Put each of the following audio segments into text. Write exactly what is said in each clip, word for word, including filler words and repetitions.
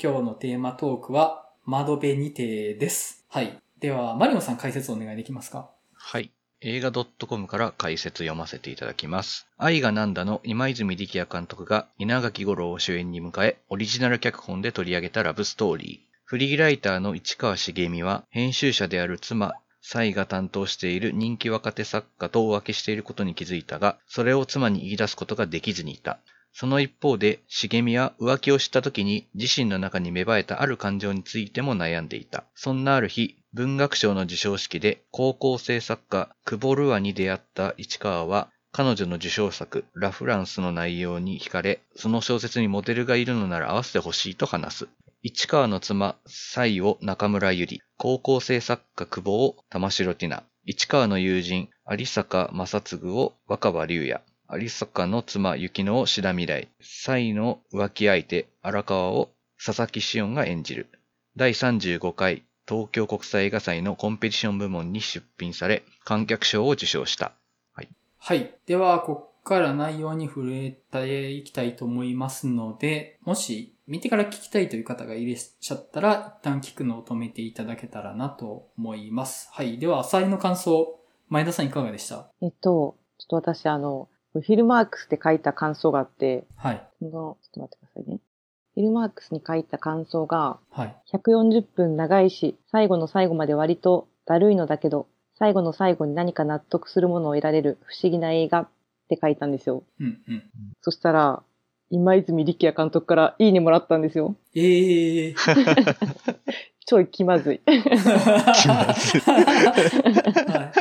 今日のテーマトークは窓辺にてです。はい。では、マリオさん解説お願いできますか？ はい。映画 .com から解説読ませていただきます。愛がなんだの今泉力也監督が稲垣吾郎を主演に迎え、オリジナル脚本で取り上げたラブストーリー。フリーライターの市川茂美は、編集者である妻、妻が担当している人気若手作家と浮気していることに気づいたが、それを妻に言い出すことができずにいた。その一方で、茂美は浮気を知った時に自身の中に芽生えたある感情についても悩んでいた。そんなある日、文学賞の授賞式で高校生作家久保ルアに出会った市川は、彼女の受賞作ラ・フランスの内容に惹かれ、その小説にモデルがいるのなら会わせてほしいと話す。市川の妻、妻を中村ゆり、高校生作家久保を玉城ティナ、市川の友人有坂正嗣を若葉龍也、有坂の妻雪乃を志田未来、妻の浮気相手荒川を佐々木紫音が演じる。だいさんじゅうごかい東京国際映画祭のコンペティション部門に出品され、観客賞を受賞した。はい。 はい。では、ここから内容に触れていきたいと思いますので、もし見てから聞きたいという方がいらっしゃったら、一旦聞くのを止めていただけたらなと思います。はい。では、浅井の感想、前田さんいかがでした？ えっと、ちょっと私、あの、フィルマークスで書いた感想があって、 はい。 その、ちょっと待ってくださいね。フィルマークスに書いた感想が、 はい。 ひゃくよんじゅっぷん長いし、最後の最後まで割とだるいのだけど、最後の最後に何か納得するものを得られる不思議な映画って書いたんですよ。 うんうん。 そしたら、今泉力也監督からいいねもらったんですよ。 ええー。 ちょい気まずい。 気まずい。 はい。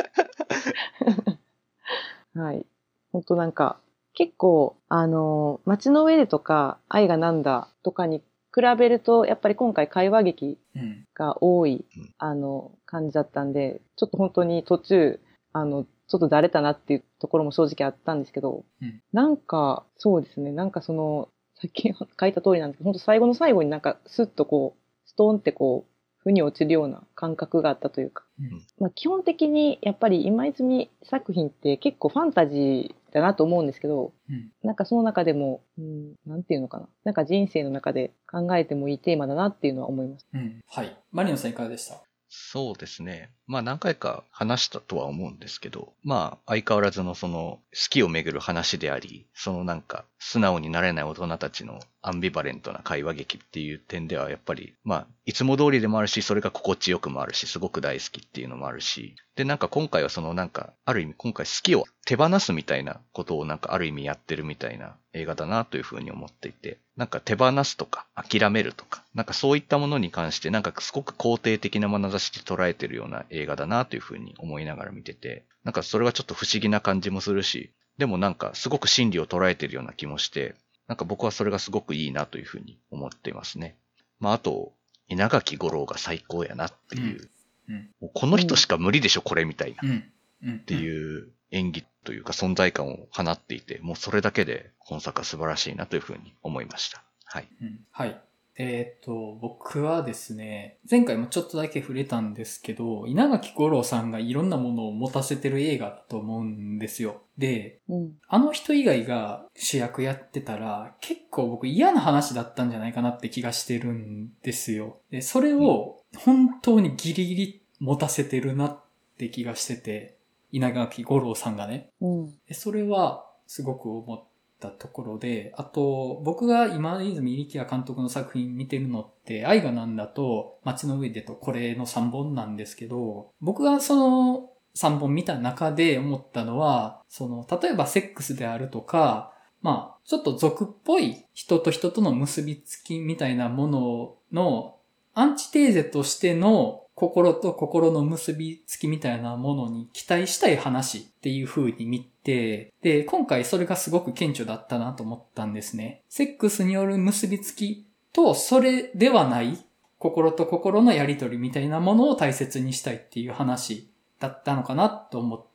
はい。本当なんか、結構、あの、街の上でとか、愛がなんだとかに比べると、やっぱり今回会話劇が多い、うん、あの、感じだったんで、ちょっと本当に途中、あの、ちょっとだれたなっていうところも正直あったんですけど、うん、なんか、そうですね、なんかその、さっき書いた通りなんですけど、本当最後の最後になんかスッとこう、ストーンってこう、腑に落ちるような感覚があったというか、うん、まあ基本的にやっぱり今泉作品って結構ファンタジーだなと思うんですけど、うん、なんかその中でも、うん、なんていうのかな、なんか人生の中で考えてもいいテーマだなっていうのは思います。 うん、はい。マリノさんいかがでした？ そうですね。まあ何回か話したとは思うんですけど、まあ相変わらずのその好きをめぐる話であり、そのなんか素直になれない大人たちのアンビバレントな会話劇っていう点ではやっぱり、まあいつも通りでもあるし、それが心地よくもあるし、すごく大好きっていうのもあるし、でなんか今回はそのなんかある意味今回好きを手放すみたいなことをなんかある意味やってるみたいな映画だなというふうに思っていて、なんか手放すとか諦めるとか、なんかそういったものに関してなんかすごく肯定的な眼差しで捉えてるような映画だなというふうに思いながら見てて、なんかそれはちょっと不思議な感じもするし、でもなんかすごく真理を捉えてるような気もして、なんか僕はそれがすごくいいなというふうに思っていますね。まああと、稲垣吾郎が最高やなっていう、うんうん、もうこの人しか無理でしょこれみたいな、うんうん、っていう演技というか存在感を放っていて、もうそれだけで今作は素晴らしいなというふうに思いました。はい。 うん、はい。えっと、僕はですね、前回もちょっとだけ触れたんですけど、稲垣吾郎さんがいろんなものを持たせてる映画だと思うんですよ。で、うん、あの人以外が主役やってたら、結構僕嫌な話だったんじゃないかなって気がしてるんですよ。で、それを本当にギリギリ持たせてるなって気がしてて、稲垣吾郎さんがね。うん、でそれはすごく思ったところで、あと僕が今泉力也監督の作品見てるのって愛がなんだと街の上でとこれのさんぼんなんですけど、僕がそのさんぼん見た中で思ったのは、その例えばセックスであるとか、まあちょっと俗っぽい人と人との結びつきみたいなもののアンチテーゼとしての心と心の結びつきみたいなものに期待したい話っていう風に見て、で、今回それがすごく顕著だったなと思ったんですね。セックスによる結びつきとそれではない心と心のやりとりみたいなものを大切にしたいっていう話だったのかなと思って、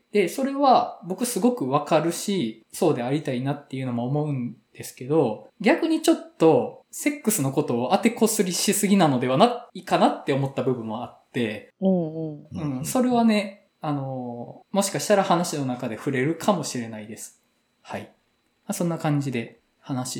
で、それは僕すごくわかるし、そうでありたいなっていうのも思うんですけど、逆にちょっとセックスのことを当てこすりしすぎなのではないかなって思った部分もあって、うんうん、うん、それはね、あの、もしかしたら話の中で触れるかもしれないです。はい。そんな感じで話して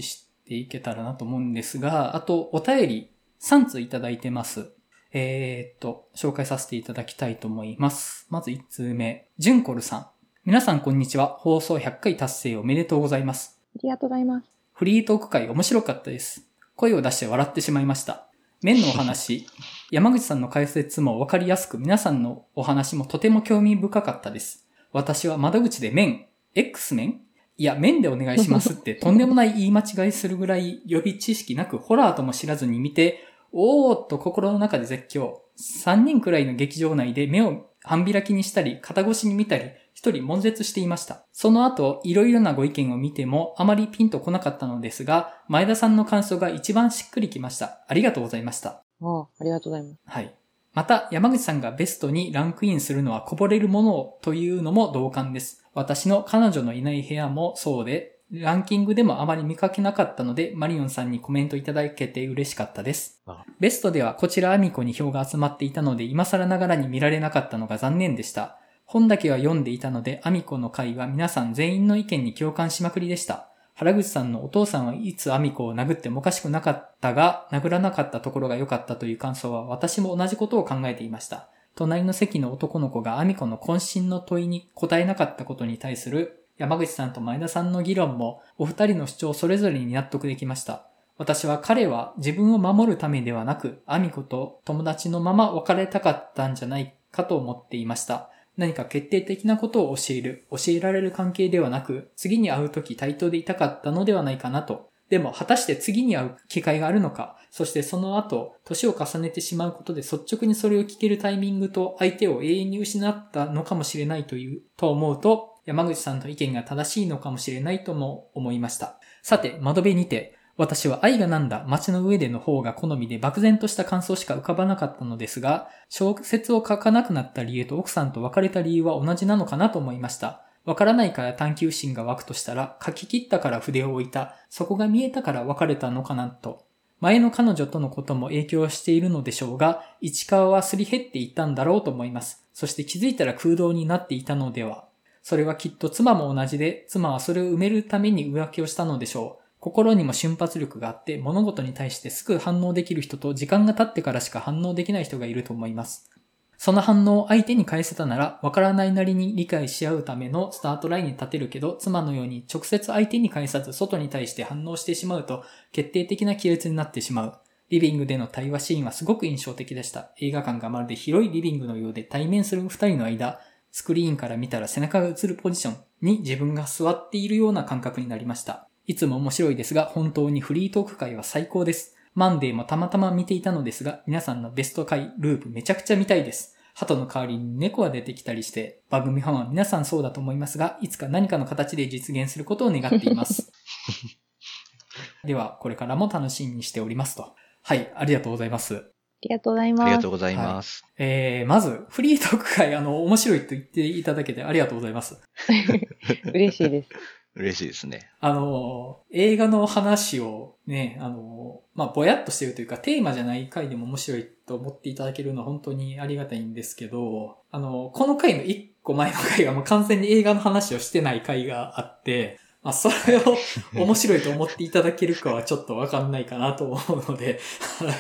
ていけたらなと思うんですが、あとお便りさんついただいてます。えー、っと、紹介させていただきたいと思います。まずいちつうめ、ジュンコルさん。皆さんこんにちは。放送ひゃっかい達成おめでとうございます。 ありがとうございます。 フリートーク会面白かったです。声を出して笑ってしまいました。麺のお話、山口さんの解説もわかりやすく、皆さんのお話もとても興味深かったです。私は窓口で麺、X 麺いや、麺でお願いしますってとんでもない言い間違いするぐらい予備知識なくホラーとも知らずに見て、おーっと心の中で絶叫。さんにんくらいの劇場内で目を半開きにしたり、肩越しに見たり、一人悶絶していました。その後、いろいろなご意見を見てもあまりピンとこなかったのですが、前田さんの感想が一番しっくりきました。ありがとうございました。ああ、ありがとうございます。 はい。また、山口さんがベストにランクインするのはこぼれるものというのも同感です。私の彼女のいない部屋もそうで、ランキングでもあまり見かけなかったので、マリオンさんにコメントいただけて嬉しかったです。ベストではこちらアミコに票が集まっていたので、今更ながらに見られなかったのが残念でした。本だけは読んでいたので、アミコの回は皆さん全員の意見に共感しまくりでした。原口さんのお父さんはいつアミコを殴ってもおかしくなかったが、殴らなかったところが良かったという感想は私も同じことを考えていました。隣の席の男の子がアミコの渾身の問いに答えなかったことに対する山口さんと前田さんの議論もお二人の主張それぞれに納得できました。私は彼は自分を守るためではなく、アミコと友達のまま別れたかったんじゃないかと思っていました。何か決定的なことを教える、教えられる関係ではなく、次に会うとき対等でいたかったのではないかなと。でも果たして次に会う機会があるのか、そしてその後、年を重ねてしまうことで率直にそれを聞けるタイミングと相手を永遠に失ったのかもしれないという、と思うと、山口さんの意見が正しいのかもしれないとも思いました。さて、窓辺にて、私は愛がなんだ街の上での方が好みで漠然とした感想しか浮かばなかったのですが、小説を書かなくなった理由と奥さんと別れた理由は同じなのかなと思いました。わからないから探求心が湧くとしたら、書き切ったから筆を置いた、そこが見えたから別れたのかなと。前の彼女とのことも影響しているのでしょうが、市川はすり減っていったんだろうと思います。そして気づいたら空洞になっていたのでは。それはきっと妻も同じで、妻はそれを埋めるために浮気をしたのでしょう。心にも瞬発力があって、物事に対してすぐ反応できる人と時間が経ってからしか反応できない人がいると思います。その反応を相手に返せたなら、わからないなりに理解し合うためのスタートラインに立てるけど、妻のように直接相手に返さず外に対して反応してしまうと、決定的な亀裂になってしまう。リビングでの対話シーンはすごく印象的でした。映画館がまるで広いリビングのようで対面する二人の間、スクリーンから見たら背中が映るポジションに自分が座っているような感覚になりました。いつも面白いですが、本当にフリートーク会は最高です。マンデーもたまたま見ていたのですが、皆さんのベスト回ループめちゃくちゃ見たいです。鳩の代わりに猫が出てきたりして、番組ファンは皆さんそうだと思いますが、いつか何かの形で実現することを願っています。では、これからも楽しみにしておりますと。はい、ありがとうございます。 ありがとうございます。 ありがとうございます。 はい、えー、まず、フリートーク会、あの、面白いと言っていただけてありがとうございます。 嬉しいです。 嬉しいですね。 あの、映画の話をね、あの、まあ、ぼやっとしてるというか、テーマじゃない回でも面白いと思っていただけるのは本当にありがたいんですけど、あの、この回の一個前の回がもう完全に映画の話をしてない回があって、まあ、それを面白いと思っていただけるかはちょっとわかんないかなと思うので、はい。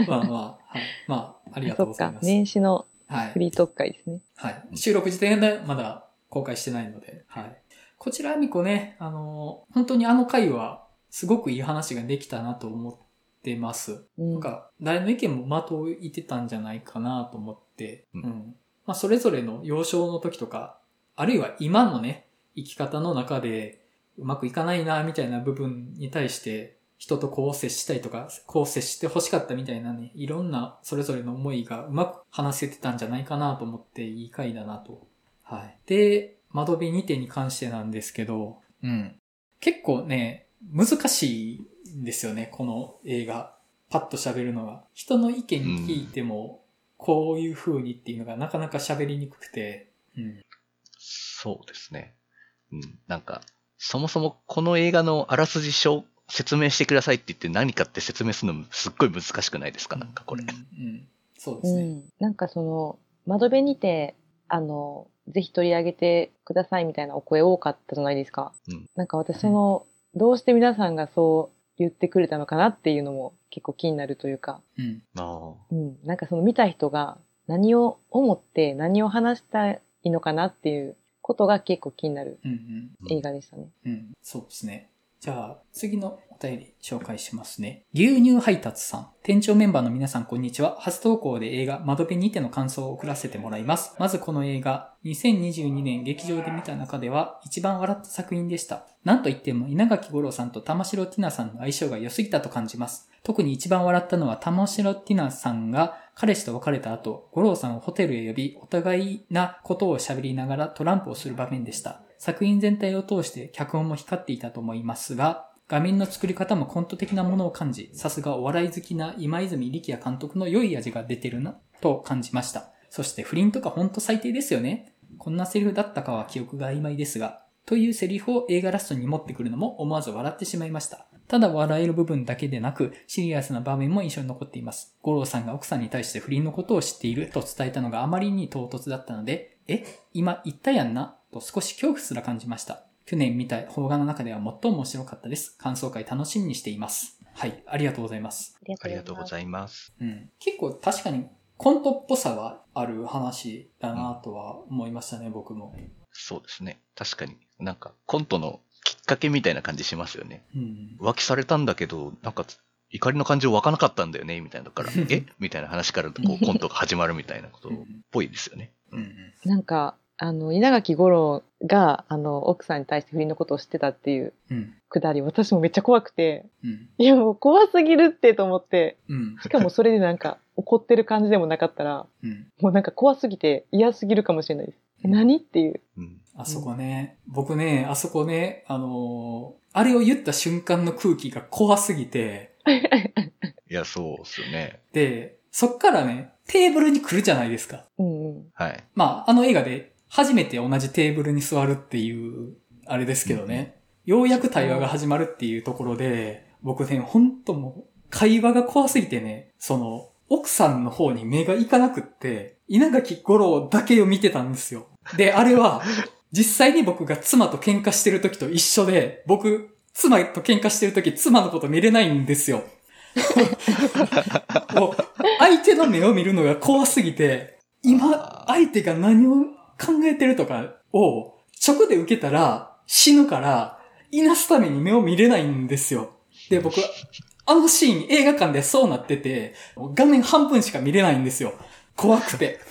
まあまあ、はい。まあ、ありがとうございます。 そっか、年始のフリートーク会ですね。 はい。はい、収録時点でまだ公開してないので、はい。こちらアミコね、あの、本当にあの回はすごくいい話ができたなと思ってます。うん、なんか、誰の意見も的をいてたんじゃないかなと思って、うん。うん、まあ、それぞれの幼少の時とか、あるいは今のね、生き方の中で、うまくいかないな、みたいな部分に対して、人とこう接したいとか、こう接して欲しかったみたいなね、いろんなそれぞれの思いがうまく話せてたんじゃないかなと思っていい回だなと。はい。で、窓辺にてに関してなんですけど、うん。結構ね、難しいんですよね、この映画。パッと喋るのが。人の意見聞いても、こういう風にっていうのがなかなか喋りにくくて、うん。 そうですね。うん。なんか、そもそもこの映画のあらすじ書説明してくださいって言って何かって説明するのすっごい難しくないですか、なんかこれ。 うん、うんうん、そうですね、うん。 なんかその、窓辺にて、あの、ぜひ取り上げてくださいみたいなお声多かったじゃないですか。うん、なんか私その、どうして皆さんがそう言ってくれたのかなっていうのも結構気になるというか。 うん。 あうん。なんかその見た人が何を思って何を話したいのかなっていうことが結構気になる映画でしたね。 うん、うんうん、そうですね。じゃあ、次のお便り紹介しますね。牛乳配達さん。店長メンバーの皆さんこんにちは。初投稿で映画窓辺にての感想を送らせてもらいます。まずこの映画、にせんにじゅうにねん劇場で見た中では一番笑った作品でした。なんといっても稲垣吾郎さんと玉城ティナさんの相性が良すぎたと感じます。特に一番笑ったのは玉城ティナさんが彼氏と別れた後、吾郎さんをホテルへ呼び、お互いなことを喋りながらトランプをする場面でした。作品全体を通して脚本も光っていたと思いますが、画面の作り方もコント的なものを感じ、さすがお笑い好きな今泉力也監督の良い味が出てるな、と感じました。そして不倫とかほんと最低ですよね。こんなセリフだったかは記憶が曖昧ですが、というセリフを映画ラストに持ってくるのも思わず笑ってしまいました。ただ笑える部分だけでなく、シリアスな場面も印象に残っています。五郎さんが奥さんに対して不倫のことを知っていると伝えたのがあまりに唐突だったので、え、今言ったやんなと少し恐怖すら感じました。去年見た邦画の中では最も面白かったです。感想会楽しみにしています。はい、ありがとうございます。 ありがとうございます。 うん、結構確かにコントっぽさはある話だなとは思いましたね、うん、僕も。 そうですね。確かになんかコントのきっかけみたいな感じしますよね。 うん、 浮気されたんだけど、なんか怒りの感情湧かなかったんだよねみたいなだからえみたいな話からこうコントが始まるみたいなことっぽいですよね。 うんうん、 なんかあの稲垣吾郎があの奥さんに対して不倫のことを知ってたっていうくだり、うん、私もめっちゃ怖くて、うん、いやもう怖すぎるってと思って、うん、しかもそれでなんか怒ってる感じでもなかったら、うん、もうなんか怖すぎて嫌すぎるかもしれないです。うん、何っていう、 うん、あそこね、うん、僕ねあそこねあのー、あれを言った瞬間の空気が怖すぎていやそうっすよね。 でそっからねテーブルに来るじゃないですか、 うんうん、 はい。 まああの映画で初めて同じテーブルに座るっていうあれですけどね、うん、ようやく対話が始まるっていうところで僕ねほんともう会話が怖すぎてね、その奥さんの方に目がいかなくって稲垣吾郎だけを見てたんですよ。であれは実際に僕が妻と喧嘩してる時と一緒で、僕妻と喧嘩してる時妻のこと見れないんですよ。もう相手の目を見るのが怖すぎて、今相手が何を考えてるとかを直で受けたら死ぬから、いなすために目を見れないんですよ。で、僕、あのシーン映画館でそうなってて、画面半分しか見れないんですよ。怖くて。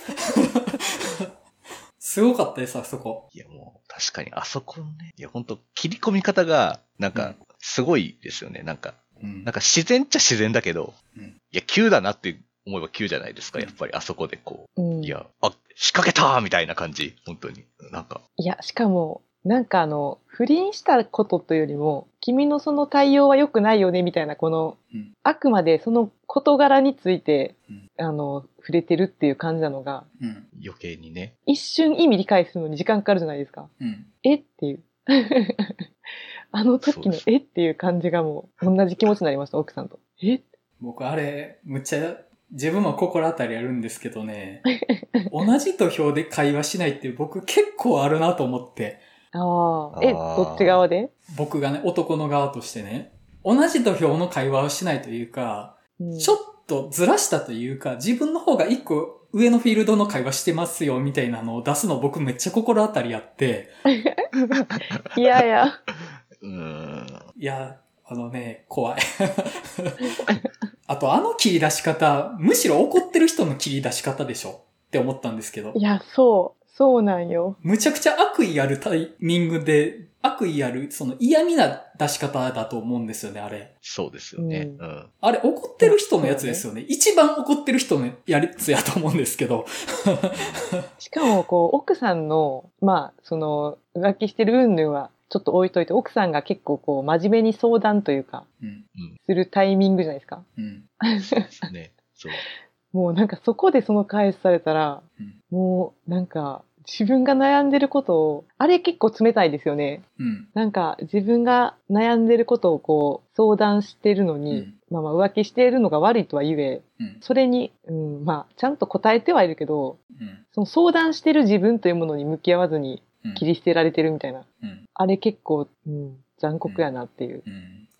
すごかったです、あそこ。 いやもう確かにあそこのね、いや本当切り込み方がなんかすごいですよね。うん、なんか、うん、なんか自然っちゃ自然だけど、うん、いや急だなって思えば急じゃないですか。やっぱりあそこでこう、うん、いやあ仕掛けたーみたいな感じ、本当になんか。 いやしかもなんかあの不倫したことというよりも君のその対応は良くないよねみたいなこの、うん、あくまでその事柄について、うん、あの触れてるっていう感じなのが、 うん、余計にね一瞬意味理解するのに時間かかるじゃないですか、うん、えっていうあの時のえっていう感じがもう同じ気持ちになりました。奥さんとえ僕あれむっちゃ自分も心当たりあるんですけどね同じ土俵で会話しないって僕結構あるなと思って。 ああ、え、どっち側で？ 僕がね、男の側としてね、同じ土俵の会話をしないというか、うん、ちょっとずらしたというか、自分の方が一個上のフィールドの会話してますよみたいなのを出すの僕めっちゃ心当たりあって。 いやいや。 うーん。 いや、あのね、怖い。あとあの切り出し方、むしろ怒ってる人の切り出し方でしょって思ったんですけど。 いや、そう。そうなんよ。 むちゃくちゃ悪意あるタイミングで、悪意ある、その嫌味な出し方だと思うんですよね、あれ。 そうですよね。うん。うん、 あれ、怒ってる人のやつですよね。一番怒ってる人のやつやと思うんですけど。 しかも、こう、奥さんの、まあ、その、浮気してる云々は、ちょっと置いといて、奥さんが結構こう、真面目に相談というか、うん、するタイミングじゃないですか。 うん。そうですね。そう。 もうなんかそこでその返しされたら、うん、もうなんか、自分が悩んでることを、あれ結構冷たいですよね。うん、なんか自分が悩んでることをこう相談してるのに、うん、まあまあ浮気しているのが悪いとは言え、うん、それに、うん、まあちゃんと答えてはいるけど、うん、その相談してる自分というものに向き合わずに切り捨てられてるみたいな。うん、あれ結構、うん、残酷やなっていう。 うんうん、あ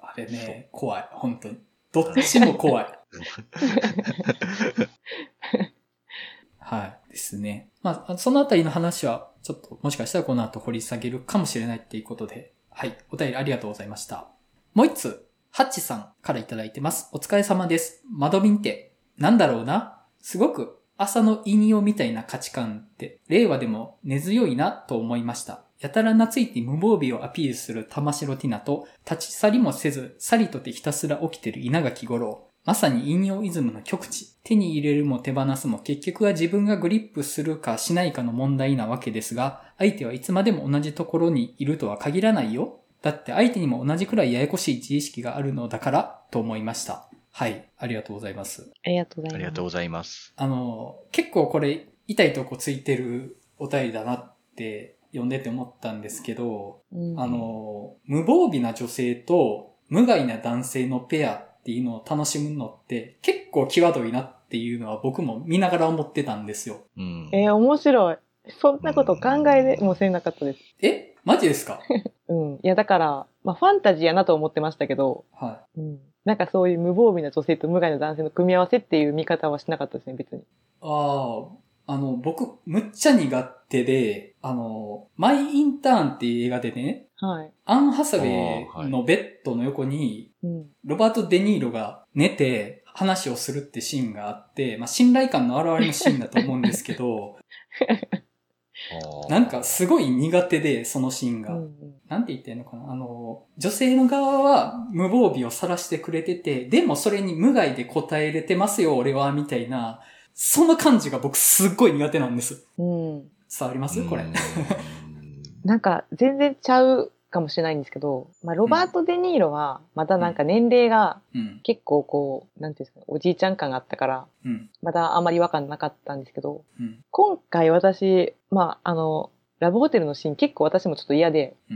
あれね、怖い。本当に。どっちも怖い。はい。ですね。まあ、そのあたりの話は、ちょっともしかしたらこの後掘り下げるかもしれないっていうことで、はい。お便りありがとうございました。もう一つ、ハッチさんからいただいてます。お疲れ様です。マドミンって、なんだろうな。すごく朝のイニオみたいな価値観って、令和でも根強いなと思いました。やたら懐いて無防備をアピールする玉城ティナと、立ち去りもせず、さりとてひたすら起きてる稲垣吾郎。まさに引用イズムの極致。手に入れるも手放すも結局は自分がグリップするかしないかの問題なわけですが、相手はいつまでも同じところにいるとは限らないよ。だって相手にも同じくらいややこしい自意識があるのだからと思いました。はい、ありがとうございます。 ありがとうございます。 ありがとうございます。 あの、結構これ痛いとこついてるお便りだなって読んでて思ったんですけど、うん、あの、無防備な女性と無害な男性のペアっていうのを楽しむのって結構際どいなっていうのは僕も見ながら思ってたんですよ。 うん、えー、面白い。そんなこと考えもせなかったです。 えマジですか？ うん。いやだから、まあファンタジーやなと思ってましたけど、 はい。 うん。なんかそういう無防備な女性と無害な男性の組み合わせっていう見方はしなかったですね、別に。 ああ、あの、僕、むっちゃ苦手で、あの、マイ・インターンっていう映画でね、 はい。 アン・ハサウェイのベッドの横に、ロバート・デ・ニーロが寝て話をするってシーンがあって、まあ、信頼感の表れのシーンだと思うんですけど、なんかすごい苦手で、そのシーンが。うんうん、なんて言ってんのかな、あの、女性の側は無防備を晒してくれてて、でもそれに無害で答えれてますよ、俺は、みたいな、その感じが僕すっごい苦手なんです。うん、伝わりますこれ。 なんか全然ちゃうかもしれないんですけど、まあ、ロバート・デ・ニーロはまだなんか年齢が結構こう、なんていうんですか、おじいちゃん感があったから、まだあんまり違和感なかったんですけど、うん、今回私、まあ、あの、ラブホテルのシーン結構私もちょっと嫌で、うん、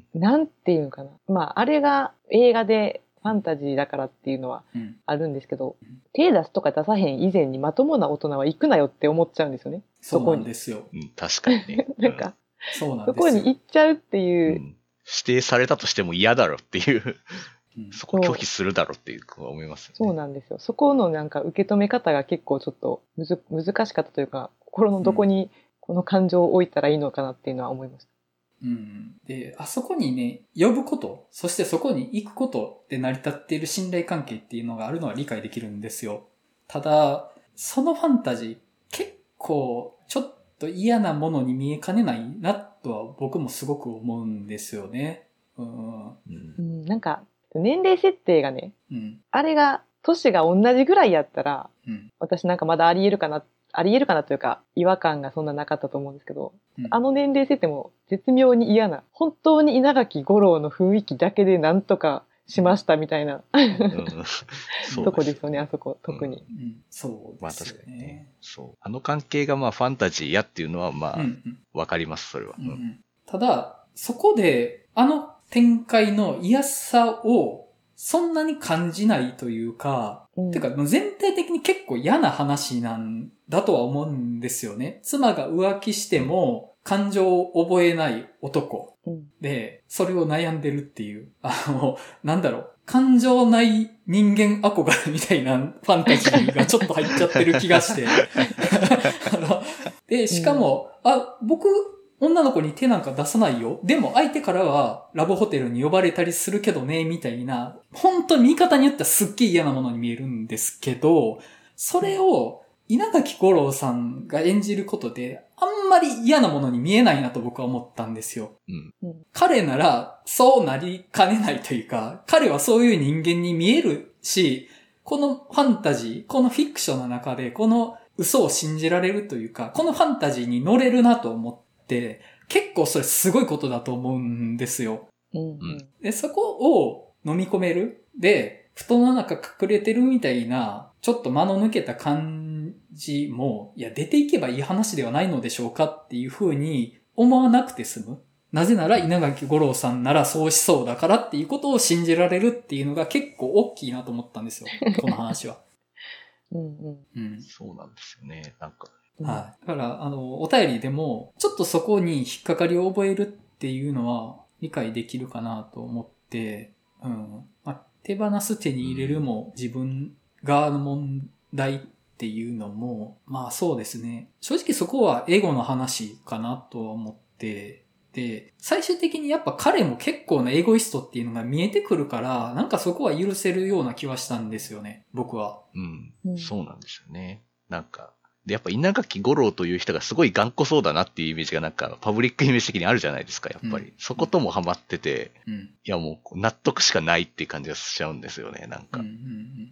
なんていうのかな。まあ、あれが映画でファンタジーだからっていうのはあるんですけど、うん、手出すとか出さへん以前にまともな大人は行くなよって思っちゃうんですよね。 そうなんですよ。 うん、確かにね。 なんか、 そうなんですよ。 そこに行っちゃうっていう。うん、 指定されたとしても嫌だろっていう、うん、そこ拒否するだろっていう思いますよね。 そうなんですよ。そこのなんか受け止め方が結構ちょっとむず難しかったというか、心のどこにこの感情を置いたらいいのかなっていうのは思いました。 うん。で、あそこにね、呼ぶこと、そしてそこに行くことで成り立っている信頼関係っていうのがあるのは理解できるんですよ。ただ、そのファンタジー、結構、ちょっと嫌なものに見えかねないなとは僕もすごく思うんですよね。うん。 うん、なんか、年齢設定がね、うん、あれが、年が同じぐらいやったら、うん、私なんかまだあり得るかな、あり得るかなというか、違和感がそんななかったと思うんですけど、うん、あの年齢設定も絶妙に嫌な、本当に稲垣吾郎の雰囲気だけでなんとかしましたみたいな、うん、とこですよね、あそこ、特に。 うんうん、そうですよね。まあ確かにね。 そう。あの関係がまあファンタジーやっていうのはまあ、わ、うんうん、かります、それは、うんうん。ただ、そこで、あの展開の嫌さをそんなに感じないというか、うん、てか全体的に結構嫌な話なんだとは思うんですよね。妻が浮気しても感情を覚えない男、うん、で、それを悩んでるっていう、あの、なんだろう、感情ない人間憧れみたいなファンタジーがちょっと入っちゃってる気がして。あので、しかも、うん、あ、僕、女の子に手なんか出さないよ。でも相手からはラブホテルに呼ばれたりするけどね、みたいな、本当に見方によってはすっげえ嫌なものに見えるんですけど、それを稲垣吾郎さんが演じることで、あんまり嫌なものに見えないなと僕は思ったんですよ。うん、彼ならそうなりかねないというか、彼はそういう人間に見えるし、このファンタジー、このフィクションの中でこの嘘を信じられるというか、このファンタジーに乗れるなと思って、で結構それすごいことだと思うんですよ。うんうん、でそこを飲み込める。で、布団の中隠れてるみたいな、ちょっと間の抜けた感じも、いや、出ていけばいい話ではないのでしょうかっていう風に思わなくて済む。なぜなら稲垣吾郎さんならそうしそうだからっていうことを信じられるっていうのが結構大きいなと思ったんですよ。この話は。 うんうんうん、そうなんですよね。なんか。 はい。だから、あの、お便りでも、ちょっとそこに引っかかりを覚えるっていうのは理解できるかなと思って、 うん。まあ、手放す手に入れるも自分側の問題っていうのも、まあそうですね。正直そこはエゴの話かなとは思って、で、最終的にやっぱ彼も結構なエゴイストっていうのが見えてくるから、なんかそこは許せるような気はしたんですよね、僕は。 うん。そうなんですよね。なんか、で、やっぱ稲垣吾郎という人がすごい頑固そうだなっていうイメージがなんかパブリックイメージ的にあるじゃないですか、やっぱり。うん、そこともハマってて、うん、いやもう納得しかないっていう感じがしちゃうんですよね、なんか。うんうんうん、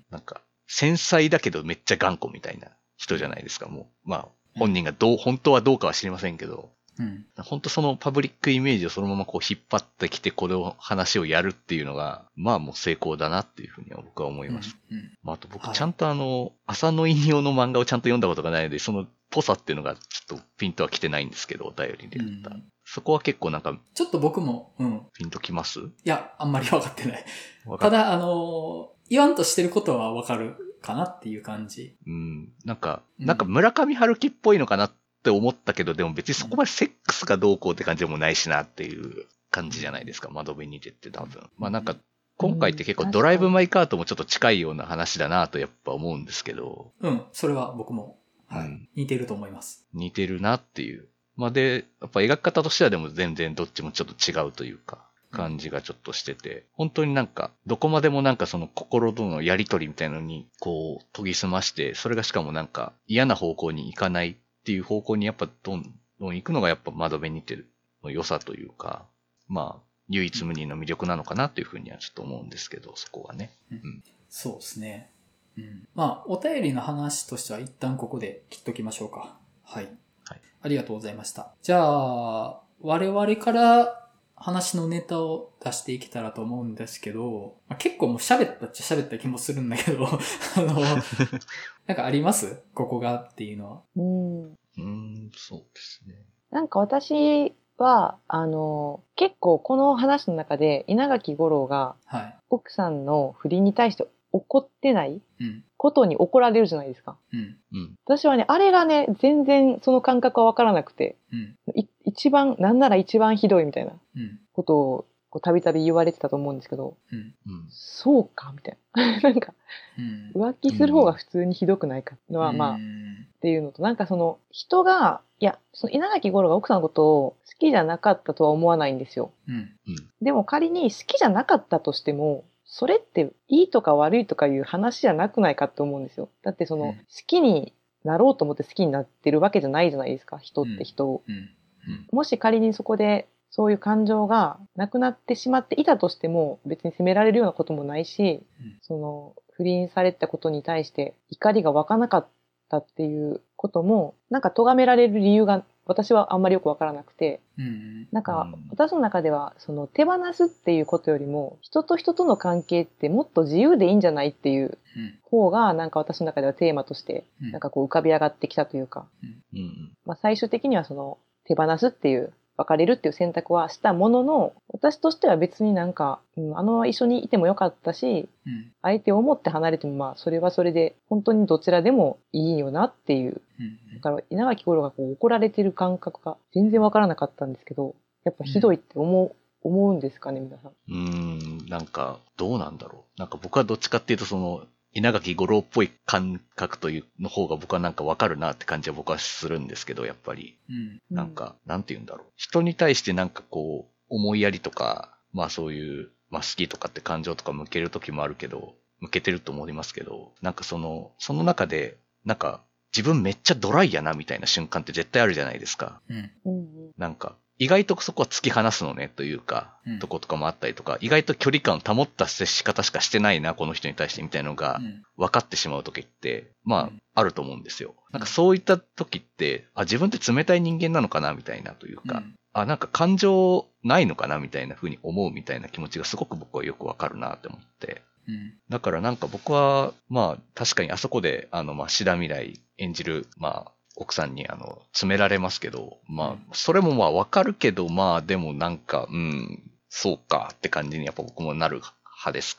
なんか、繊細だけどめっちゃ頑固みたいな人じゃないですか、もう。まあ、本人がどう、本当はどうかは知りませんけど、うん、本当そのパブリックイメージをそのままこう引っ張ってきてこの話をやるっていうのが、まあもう成功だなっていうふうには僕は思います。うんうん、まあ、あと僕ちゃんとあの、はい、浅野稲夫の漫画をちゃんと読んだことがないので、そのぽさっていうのがちょっとピンとは来てないんですけど、お便りで言った。うん、そこは結構なんか、 ちょっと僕も、うん。 ピンときます？いや、あんまり分かってない。ただ、あの、言わんとしてることは分かるかなっていう感じ。 うん。なんか、なんか村上春樹っぽいのかなって思ったけど、でも別にそこまでセックスがどうこうって感じでもないしなっていう感じじゃないですか、窓辺にてって多分。まあなんか、今回って結構ドライブ・マイ・カーともちょっと近いような話だなとやっぱ思うんですけど。 うん、それは僕も、はい、うん、似てると思います。 似てるなっていう。まあで、やっぱ描き方としてはでも全然どっちもちょっと違うというか、感じがちょっとしてて、本当になんか、どこまでもなんかその心とのやりとりみたいなのに、こう、研ぎ澄まして、それがしかもなんか嫌な方向に行かないっていう方向にやっぱどんどん行くのがやっぱ窓辺にてるの良さというか、まあ、唯一無二の魅力なのかなというふうにはちょっと思うんですけど、そこはね。 うん、そうですね。うん。まあ、お便りの話としては一旦ここで切っときましょうか。はい。はい。ありがとうございました。じゃあ、我々から話のネタを出していけたらと思うんですけど、まあ、結構もう喋ったっちゃ喋った気もするんだけど、あの、なんかありますここがっていうのは。 うん。 うーん、そうですね。 なんか私は、あの、結構この話の中で稲垣吾郎が、奥さんの不倫に対して怒ってないことに怒られるじゃないですか。うんうん、私はね、あれがね、全然その感覚はわからなくて、うん、一番、なんなら一番ひどいみたいなことをたびたび言われてたと思うんですけど、うん、そうかみたいな。なんか、うん、浮気する方が普通にひどくないかのは、うん、まあ、っていうのと、なんかその人が、いや、その稲垣吾郎が奥さんのことを好きじゃなかったとは思わないんですよ。うん、でも仮に好きじゃなかったとしても、それっていいとか悪いとかいう話じゃなくないかって思うんですよ。だってその、好きになろうと思って好きになってるわけじゃないじゃないですか、人って人を。うんうんうん、もし仮にそこでそういう感情がなくなってしまっていたとしても、別に責められるようなこともないし、うん、その不倫されたことに対して怒りが湧かなかったっていうことも、なんか咎められる理由が私はあんまりよくわからなくて、うん、なんか私の中ではその手放すっていうことよりも人と人との関係ってもっと自由でいいんじゃないっていう方がなんか私の中ではテーマとしてなんかこう浮かび上がってきたというか、うん、まあ、最終的にはその手放すっていう別れるっていう選択はしたものの、私としては別になんか、うん、あの一緒にいてもよかったし、うん、相手を思って離れてもまあそれはそれで本当にどちらでもいいよなっていう。うん、だから稲垣吾郎がこう怒られてる感覚が全然わからなかったんですけど、やっぱひどいって思う、うん、思うんですかね、皆さん。 うーん、なんかどうなんだろう。なんか僕はどっちかっていうとその、稲垣吾郎っぽい感覚というの方が僕はなんかわかるなって感じは僕はするんですけど、やっぱり。うん、なんか、なんて言うんだろう。人に対してなんかこう、思いやりとか、まあそういう、まあ好きとかって感情とか向ける時もあるけど、向けてると思いますけど、なんかその、その中で、なんか自分めっちゃドライやなみたいな瞬間って絶対あるじゃないですか。うん、なんか、意外とそこは突き放すのねというか、うん、とことかもあったりとか、意外と距離感を保った接し方しかしてないな、この人に対してみたいなのが分かってしまう時って、まあ、うん、あると思うんですよ。なんかそういった時って、あ、自分って冷たい人間なのかなみたいなというか、うん、あ、なんか感情ないのかなみたいな風に思うみたいな気持ちがすごく僕はよく分かるなって思って。うん、だからなんか僕は、まあ確かにあそこで、あの、まあ、志田未来演じる、まあ、奥さんにあの、詰められますけど、まあ、それもまあわかるけど、まあでもなんか、うん、そうかって感じにやっぱ僕もなる派ですかね。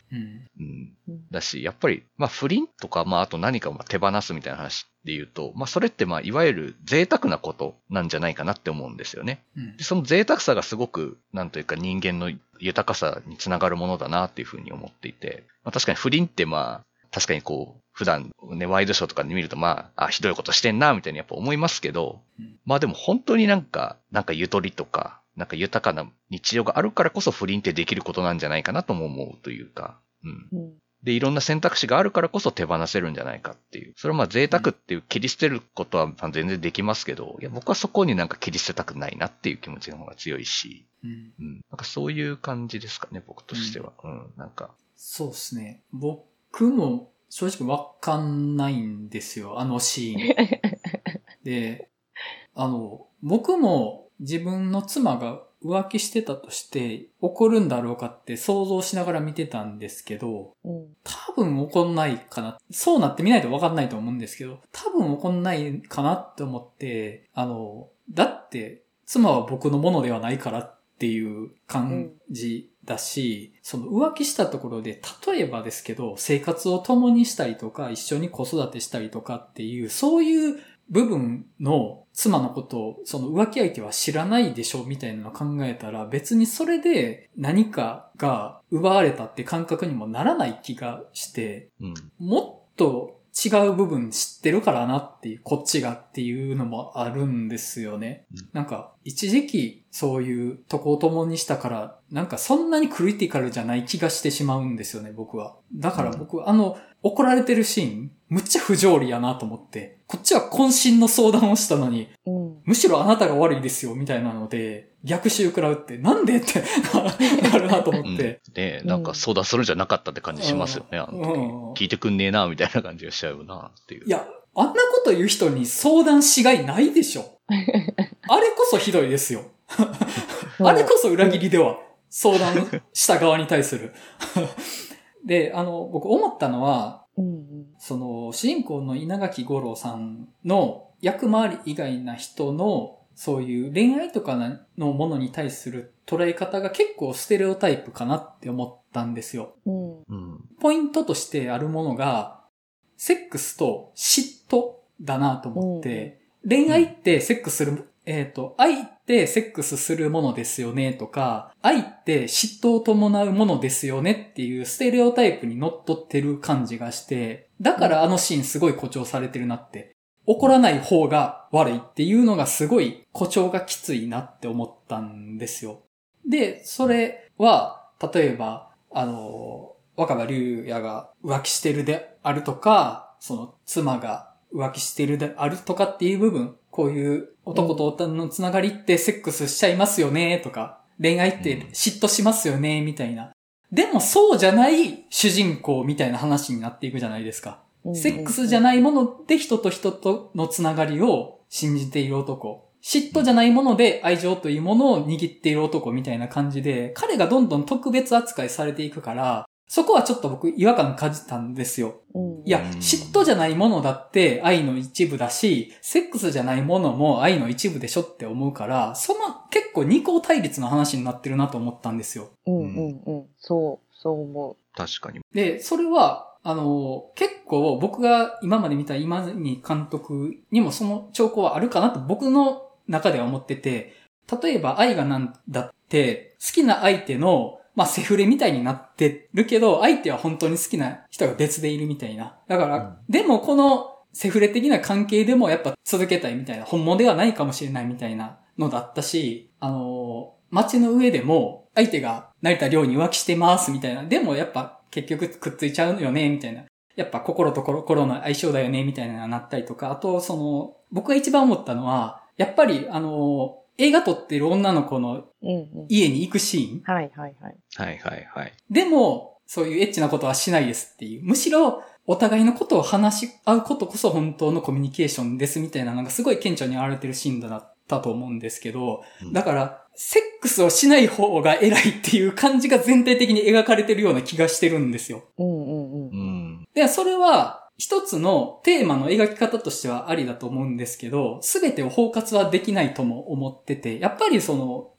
うんうん、だし、やっぱり、まあ不倫とか、まああと何かを手放すみたいな話で言うと、まあそれってまあいわゆる贅沢なことなんじゃないかなって思うんですよね。うん、でその贅沢さがすごく、なんというか人間の豊かさにつながるものだなっていうふうに思っていて、まあ確かに不倫ってまあ、確かにこう、普段ね、ワイドショーとかで見るとまあ、あ、ひどいことしてんな、みたいにやっぱ思いますけど、うん、まあでも本当になんか、なんかゆとりとか、なんか豊かな日常があるからこそ不倫ってできることなんじゃないかなとも思うというか、うん。うん、で、いろんな選択肢があるからこそ手放せるんじゃないかっていう。それはまあ贅沢っていう切り捨てることは全然できますけど、いや僕はそこになんか切り捨てたくないなっていう気持ちの方が強いし、うん。うん、なんかそういう感じですかね、僕としては。うん、うん、なんか。 そうですね。僕も正直わかんないんですよ、あのシーン。で、あの、僕も自分の妻が浮気してたとして怒るんだろうかって想像しながら見てたんですけど、うん、多分怒んないかな。そうなってみないと分かんないと思うんですけど、多分怒んないかなって思って、あの、だって妻は僕のものではないからっていう感じだし、うん、その浮気したところで、例えばですけど、生活を共にしたりとか、一緒に子育てしたりとかっていう、そういう部分の妻のことをその浮気相手は知らないでしょみたいなのを考えたら別にそれで何かが奪われたって感覚にもならない気がして、うん、もっと違う部分知ってるからなっていう、こっちがっていうのもあるんですよね。うん、なんか一時期そういうとこを共にしたからなんかそんなにクリティカルじゃない気がしてしまうんですよね、僕は。だから僕、うん、あの怒られてるシーンむっちゃ不条理やなと思って、こっちは渾身の相談をしたのに、うん、むしろあなたが悪いですよみたいなので逆襲食らうってなんでってなるなと思って、 うん、ねえ、なんか相談するんじゃなかったって感じしますよね、うん、あの時、うん、聞いてくんねえなみたいな感じがしちゃうなっていう。 いや、あんなこと言う人に相談しがいないでしょ。あれこそひどいですよ。あれこそ裏切りでは、相談した側に対する。で、あの、僕思ったのは、うんうん、その、主人公の稲垣吾郎さんの役回り以外な人の、そういう恋愛とかのものに対する捉え方が結構ステレオタイプかなって思ったんですよ。うん、ポイントとしてあるものが、セックスと嫉妬だなと思って、うん、恋愛ってセックスする、えっと、愛ってセックスするものですよねとか、愛って嫉妬を伴うものですよねっていうステレオタイプにのっとってる感じがして、だからあのシーンすごい誇張されてるなって。怒らない方が悪いっていうのがすごい誇張がきついなって思ったんですよ。で、それは、例えば、あの、若葉龍也が浮気してるであるとか、その妻が浮気してるであるとかっていう部分、こういう男と女のつながりってセックスしちゃいますよねとか、恋愛って嫉妬しますよねみたいな。でもそうじゃない主人公みたいな話になっていくじゃないですか。セックスじゃないもので人と人とのつながりを信じている男。嫉妬じゃないもので愛情というものを握っている男みたいな感じで、彼がどんどん特別扱いされていくから、そこはちょっと僕違和感感じたんですよ。いや、嫉妬じゃないものだって愛の一部だし、セックスじゃないものも愛の一部でしょって思うから、その結構二項対立の話になってるなと思ったんですよ。 うんうんうん。そう、そう思う。 確かに。 で、それは、あの、結構僕が今まで見た今に監督にもその兆候はあるかなと僕の中では思ってて、例えば愛がなんだって好きな相手のまあセフレみたいになってるけど、相手は本当に好きな人が別でいるみたいな。だから、うん、でもこのセフレ的な関係でもやっぱ続けたいみたいな、本物ではないかもしれないみたいなのだったし、あの、街の上でも相手が成田凌に浮気してますみたいな。でもやっぱ結局くっついちゃうよねみたいな。やっぱ心と心の相性だよねみたいなのがなったりとか、あとその、僕が一番思ったのは、やっぱりあの、映画撮ってる女の子の家に行くシーン。うんうん、 はいはいはい。 はいはいはい。 でも、そういうエッチなことはしないですっていう。むしろ、お互いのことを話し合うことこそ本当のコミュニケーションですみたいなのがすごい顕著に現れてるシーンだったと思うんですけど、うん、だから、セックスをしない方が偉いっていう感じが全体的に描かれてるような気がしてるんですよ。 うんうんうん。 で、それは、一つのテーマの描き方としてはありだと思うんですけど、すべてを包括はできないとも思ってて、やっぱりその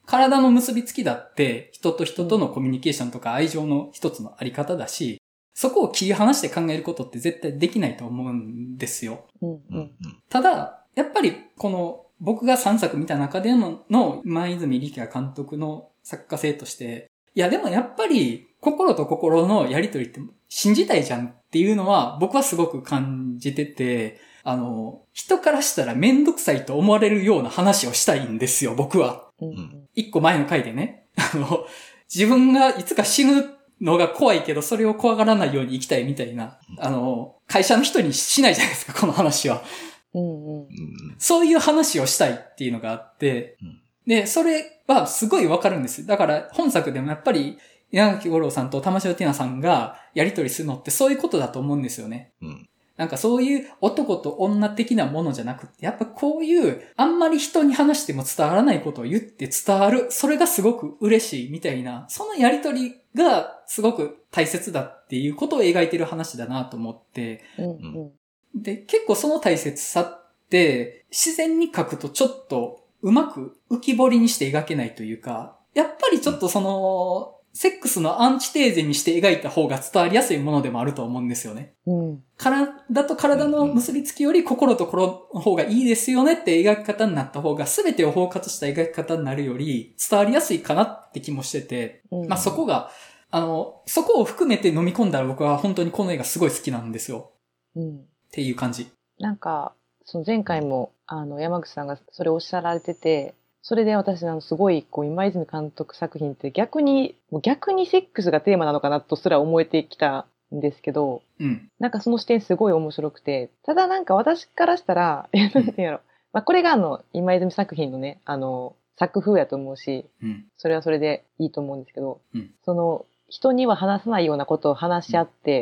体の結びつきだって人と人とのコミュニケーションとか愛情の一つのあり方だし、そこを切り離して考えることって絶対できないと思うんですよ。 うんうん、 ただ、やっぱりこの僕がさんさく見た中での、の今泉力也監督の作家性として、いやでもやっぱり心と心のやりとりって信じたいじゃんっていうのは僕はすごく感じてて、あの、人からしたらめんどくさいと思われるような話をしたいんですよ、僕は。うん、一個前の回でね、あの、自分がいつか死ぬのが怖いけど、それを怖がらないように生きたいみたいな、あの、会社の人にしないじゃないですか、この話は。うんうん、そういう話をしたいっていうのがあって、うん、で、それはすごいわかるんです。だから本作でもやっぱり稲垣吾郎さんと玉城ティナさんがやりとりするのってそういうことだと思うんですよね。うん、なんかそういう男と女的なものじゃなくて、やっぱこういうあんまり人に話しても伝わらないことを言って伝わる、それがすごく嬉しいみたいな、そのやりとりがすごく大切だっていうことを描いてる話だなと思って、うんうんで、結構その大切さって自然に描くとちょっとうまく浮き彫りにして描けないというか、やっぱりちょっとその、セックスのアンチテーゼにして描いた方が伝わりやすいものでもあると思うんですよね。うん、体と体の結びつきより心と心の方がいいですよねって描き方になった方が全てを包括した描き方になるより伝わりやすいかなって気もしてて、うん、まあそこが、あの、そこを含めて飲み込んだら僕は本当にこの映画すごい好きなんですよ。うんっていう感じ。 なんか、その前回も、あの、山口さんがそれをおっしゃられてて、それで私、あの、すごい、こう、今泉監督作品って逆に、逆にセックスがテーマなのかなとすら思えてきたんですけど、うん。なんかその視点すごい面白くて、ただなんか私からしたら、なんていうやろ、まあ、これがあの、今泉作品のね、あの、作風やと思うし、うん、それはそれでいいと思うんですけど、うん、その、人には話さないようなことを話し合って、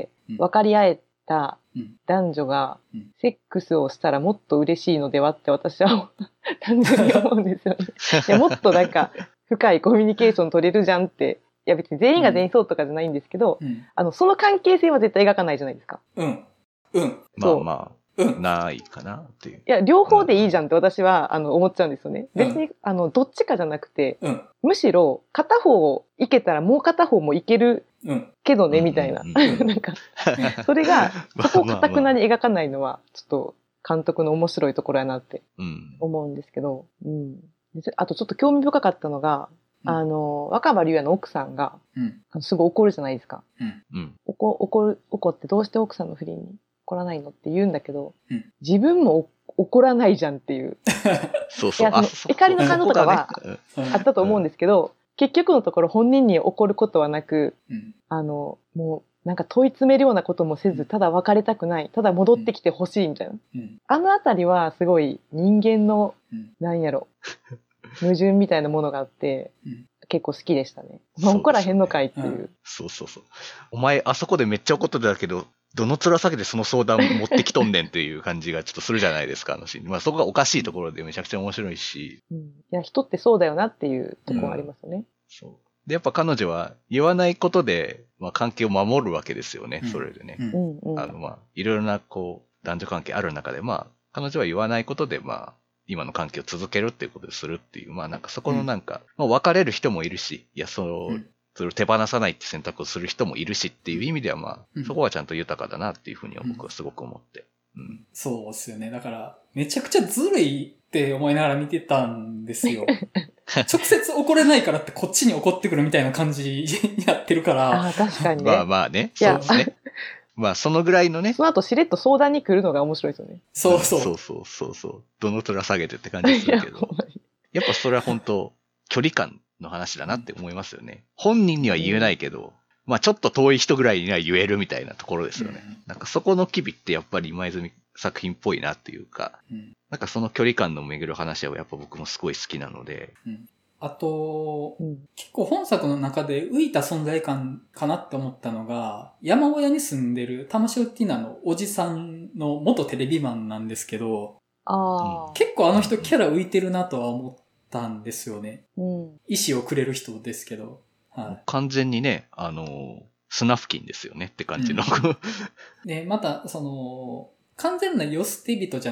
うん、分かり合えた男女がセックスをしたらもっと嬉しいのではって私は単純に思うんですよね。いやもっとなんか深いコミュニケーション取れるじゃんって。いや別に全員が全員そうとかじゃないんですけど、うん、あのその関係性は絶対描かないじゃないですか。 うん。うん。 まあまあ。うん、ないかなっていう。 いや、両方でいいじゃんって私は、あの、思っちゃうんですよね。別に、うん、あの、どっちかじゃなくて、うん、むしろ、片方いけたらもう片方もいけるけどね、うん、みたいな。なんか、それが、そこを堅くなに描かないのは、ちょっと、監督の面白いところやなって思うんですけど、うん。あとちょっと興味深かったのが、うん、あの、若葉龍也の奥さんが、うん、あのすごい怒るじゃないですか。うん、怒、怒る、怒ってどうして奥さんの不倫に怒らないのって言うんだけど、うん、自分も怒らないじゃんっていう。 そうそう。 いや、その怒りの感情とかはあったと思うんですけど、うん、結局のところ本人に怒ることはなく、うん、あの、もうなんか問い詰めるようなこともせず、ただ別れたくない、ただ戻ってきてほしいみたいな。うん、あのあたりはすごい人間の、うん、なんやろ、矛盾みたいなものがあって、うん結構好きでしたね。怒らへんのかいっていう。 そうそうそう。お前、あそこでめっちゃ怒ってたけど、どの面下げてその相談持ってきとんねんっていう感じがちょっとするじゃないですか、あのシーン。まあそこがおかしいところでめちゃくちゃ面白いし。 うん、いや、人ってそうだよなっていうところありますよね、うん。 そう。で、やっぱ彼女は言わないことで、まあ関係を守るわけですよね、うん、それでね。うんうん、あの、まあ、いろいろなこう、男女関係ある中で、まあ、彼女は言わないことで、まあ、今の関係を続けるっていうことでするっていう、まあなんかそこのなんか、うん、まあ別れる人もいるし、いや、その、うん、それを手放さないって選択をする人もいるしっていう意味ではまあ、うん、そこはちゃんと豊かだなっていうふうには僕はすごく思って。うん。うん、 そうですよね。だから、めちゃくちゃずるいって思いながら見てたんですよ。直接怒れないからってこっちに怒ってくるみたいな感じになってるから。 ああ、確かにね。 まあまあね。そうですね。まあ、そのぐらいのね。 その後しれっと相談に来るのが面白いですよね。 そうそう。 そうそうそうそう。どの面下げてって感じするけど。やっぱそれは本当、距離感の話だなって思いますよね。本人には言えないけど、うん、まあちょっと遠い人ぐらいには言えるみたいなところですよね。うん、なんかそこの機微ってやっぱり今泉作品っぽいなっていうか、うん、なんかその距離感の巡る話はやっぱ僕もすごい好きなので、 うんあと、うん、結構本作の中で浮いた存在感かなって思ったのが、山小屋に住んでる玉城ティナのおじさんの元テレビマンなんですけど、 あ結構あの人キャラ浮いてるなとは思ったんですよね。うん、意志をくれる人ですけど。 はい、完全にね、あの、スナフキンですよねって感じの。 うん、で、また、その、完全な世捨て人じゃなく